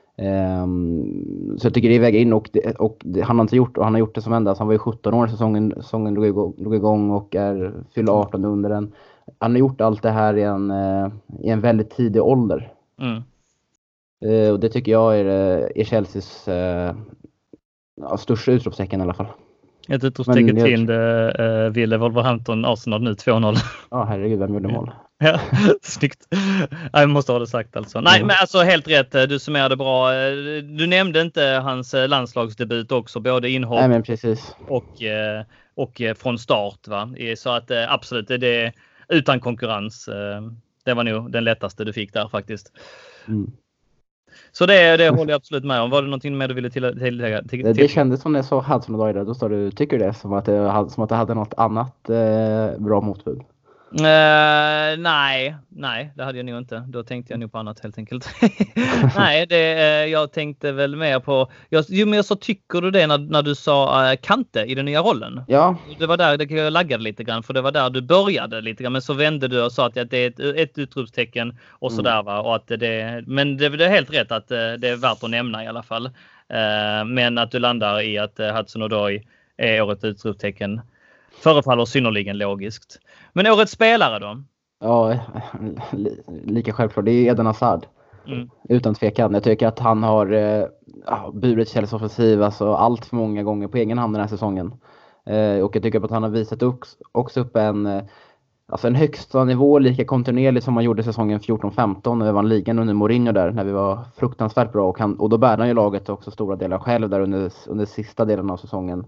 Um, så jag tycker det är väg in och, det, och det, han har inte gjort och han har gjort det som enda. Han var ju sjutton år säsongen, säsongen drog, igång, drog igång och är fyller arton under den. Han har gjort allt det här i en, uh, i en väldigt tidig ålder. Mm. Eh, och det tycker jag är, är Chelseas eh, ja, största utropstecken i alla fall. Ett utropstecken till uh, Ville Wolverhampton Arsenal nu två noll. Ja, herregud, vem gjorde mål? Ja, snyggt. Jag måste ha det sagt alltså. Nej, mm. men alltså helt rätt. Du summerade bra. Du nämnde inte hans landslagsdebut också, både inhopp Nej, men precis. och och från start, va. Så att absolut, det är utan konkurrens. Det var nog den lättaste du fick där faktiskt. Mm. Så det, det håller jag absolut med om. Var det någonting mer du ville tillägga? Till, till, det kändes som när jag sa Hudson och Odoi, då sa du, tycker du det? Som att det, som att det hade något annat eh, bra motbud? Uh, nej, nej, det hade jag nog inte. Då tänkte jag nog på annat helt enkelt. nej, det, uh, jag tänkte väl mer på... Jag, jo, men jag så tycker du det när, när du sa uh, Kante i den nya rollen? Ja. Det var där det laggade lite grann, för det var där du började lite grann. Men så vände du och sa att det är ett, ett utropstecken och sådär, mm. va. Och att det, men det, det är helt rätt att uh, det är värt att nämna i alla fall. Uh, men att du landar i att uh, Hudson Odoi är årets utropstecken förefaller synnerligen logiskt. Men årets spelare då? Ja, lika självklart. Det är Eden Hazard. Mm. Utan tvekan. Jag tycker att han har eh, burit Chelsea offensiv alltså, allt för många gånger på egen hand den här säsongen. Eh, och jag tycker att han har visat upp, också upp en, eh, alltså en högsta nivå lika kontinuerligt som han gjorde säsongen fjorton femton när vi vann ligan under Mourinho där. När vi var fruktansvärt bra. Och, han, och då bärde han ju laget också stora delar själv där under, under sista delen av säsongen.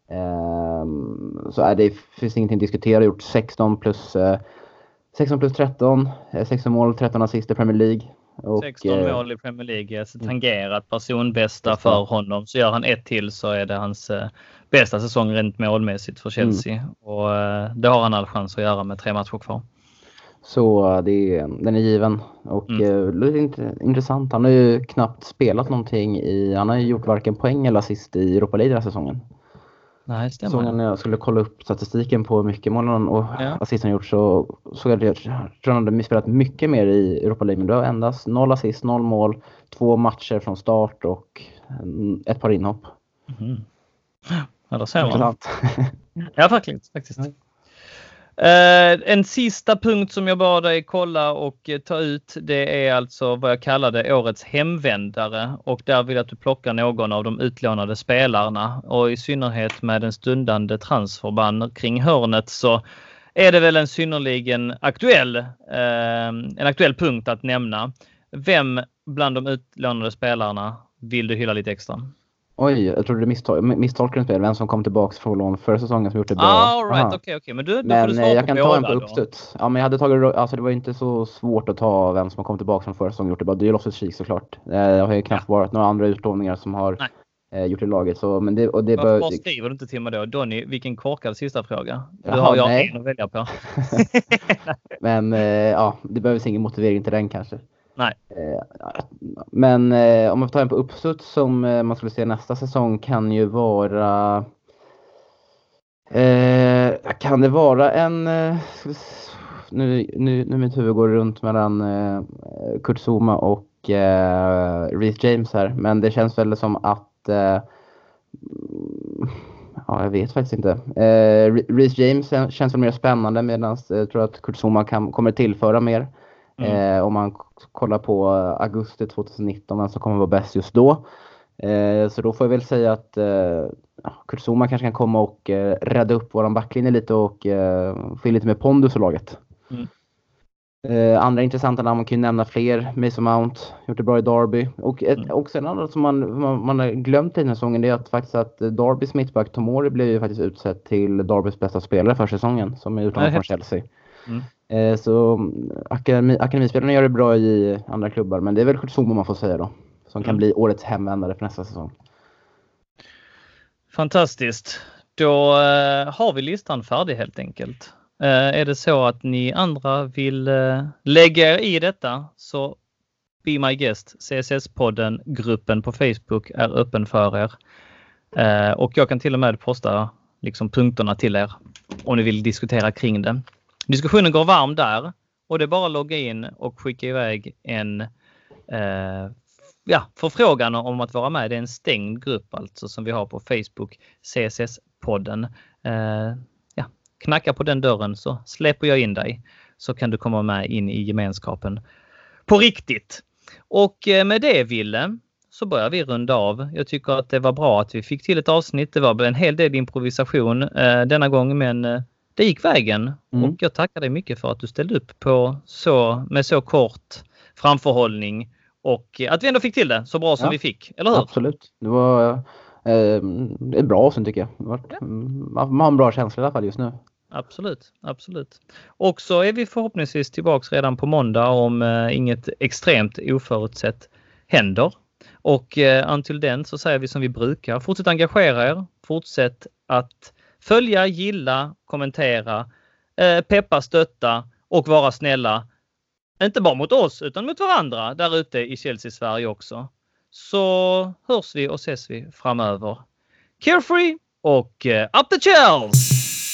Um, så är det finns ingenting att diskutera. Gjort sexton plus uh, sexton plus tretton, sexton mål, tretton assist i Premier League och, sexton uh, mål i Premier League, alltså tangerat personbästa mm. för honom. Så gör han ett till så är det hans uh, bästa säsong rent målmässigt för Chelsea mm. och uh, det har han all chans att göra med tre matcher kvar. Så uh, det är, den är given och mm. uh, lite intressant. Han har ju knappt spelat någonting i, han har ju gjort varken poäng eller assist i Europa League den här säsongen. Nej, stämmer. Så när jag skulle kolla upp statistiken på hur mycket mål och ja. assist han gjort så såg jag att han hade spelat mycket mer i Europa League. Men det var endast noll assist, noll mål, två matcher från start och ett par inhopp. Mm. Ja, då ser man. Ja, faktiskt. faktiskt. Ja. Uh, en sista punkt som jag bad dig kolla och uh, ta ut, det är alltså vad jag kallade årets hemvändare, och där vill jag att du plockar någon av de utlånade spelarna, och i synnerhet med den stundande transferban kring hörnet så är det väl en synnerligen aktuell uh, en aktuell punkt att nämna. Vem bland de utlånade spelarna vill du hylla lite extra? Oj, jag trodde du misstol- misstolkade en spel. Vem som kom tillbaka från lån förra säsongen som gjort det bra. Ah, all right, okej, okay, okay. Men, du, men du jag kan ta en på uppstuds. Ja, men jag hade tagit, alltså det var inte så svårt att ta vem som kom tillbaka från förra säsongen och gjort det bra. Det är ju Loftus-Cheek såklart. Det har ju knappt ja. varit några andra utlåningar som har eh, gjort det laget. Så, men det, och det Varför bör... skriver du inte till mig då? Donny, vilken korkad sista fråga. Du Jaha, har jag nej. en att välja på. men eh, ja, det behövs ingen motivering till den kanske. Nej. Men eh, om man får ta en på uppstuds som eh, man skulle se nästa säsong kan ju vara eh, kan det vara en eh, nu, nu, nu mitt huvud går runt mellan eh, Kurt Zouma och eh, Reece James här, men det känns väl som att eh, ja, jag vet faktiskt inte. Eh, Reece James känns väl mer spännande, medan jag tror att Kurt Zouma kan, kommer tillföra mer. Mm. Eh, om man kollar på augusti tjugonitton, vem som kommer vara bäst just då. Eh, så då får jag väl säga att eh, Kurt Zouma kanske kan komma och eh, rädda upp våran backlinje lite och eh, få in lite mer pondus i laget. Mm. Eh, andra intressanta namn, man kan ju nämna fler. Mason Mount, gjort det bra i Derby. Och ett, mm. också en annan som man, man, man har glömt i den här säsongen, det är att faktiskt att Derbys mittback Tomori blev ju faktiskt utsett till Derbys bästa spelare för säsongen, som är utlånad från Chelsea. Mm. Eh, så akademi, akademispelarna gör det bra i andra klubbar, men det är väl Kurt Zouma man får säga då, som kan mm. bli årets hemvändare för nästa säsong. Fantastiskt. Då eh, har vi listan färdig helt enkelt. Eh, är det så att ni andra vill eh, lägga er i detta, så be my guest. C S S-podden, gruppen på Facebook, är öppen för er. Eh, och jag kan till och med posta liksom punkterna till er om ni vill diskutera kring det. Diskussionen går varm där, och det är bara att logga in och skicka iväg en eh, ja, förfrågan om att vara med. Det är en stängd grupp alltså som vi har på Facebook, C S S-podden. Eh, ja, knacka på den dörren så släpper jag in dig, så kan du komma med in i gemenskapen på riktigt. Och med det, Ville, så börjar vi runda av. Jag tycker att det var bra att vi fick till ett avsnitt. Det var en hel del improvisation eh, denna gång, men eh, det gick vägen. Mm. Och jag tackar dig mycket för att du ställde upp på så, med så kort framförhållning. Och att vi ändå fick till det så bra som ja, vi fick, eller hur? Absolut. Det var eh, ett bra avsnitt tycker jag. Man har en bra känsla i alla fall just nu. Absolut, absolut. Och så är vi förhoppningsvis tillbaks redan på måndag om eh, inget extremt oförutsett händer. Och eh, until den så säger vi som vi brukar. Fortsätt engagera er. Fortsätt att följa, gilla, kommentera, eh, peppa, stötta och vara snälla. Inte bara mot oss utan mot varandra där ute i Chelsea Sverige också. Så hörs vi och ses vi framöver. Carefree och uh, up the Chels!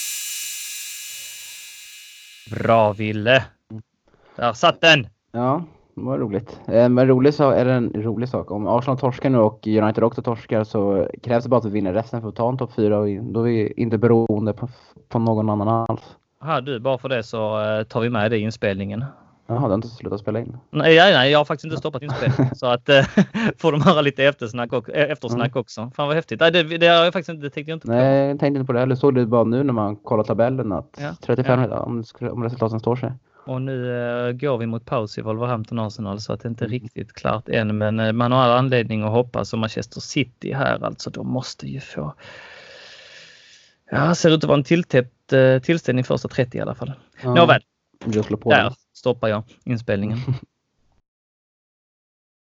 Bra, Ville. Där satt den. Ja, det var roligt. Men rolig sak, är det en rolig sak. Om Arsenal torskar nu och United också torskar så krävs det bara att vi vinner resten för att ta en topp fyra. Och då är vi inte beroende på, på någon annan alls. Aha, du, bara för det så uh, tar vi med det i inspelningen. Jaha, det har inte slutat spela in. Nej, nej, jag har faktiskt inte stoppat inspelningen. Så att äh, får de höra lite eftersnack, och, eftersnack mm. också. Fan vad häftigt. Nej, det, det har jag faktiskt inte, det tänkte jag inte på. Nej, jag tänkte inte på det heller. Såg det bara nu när man kollar tabellen att ja. trettiofem ja. om, om resultaten står sig. Och nu äh, går vi mot paus i Wolverhampton Arsenal så att det inte är riktigt klart än. Men äh, man har all anledning att hoppas. Och Manchester City här alltså, de måste ju få... Ja, ser ut att vara en tilltäppt äh, tillställning första trettio i alla fall. Ja. Nåväl. Där stoppar jag inspelningen.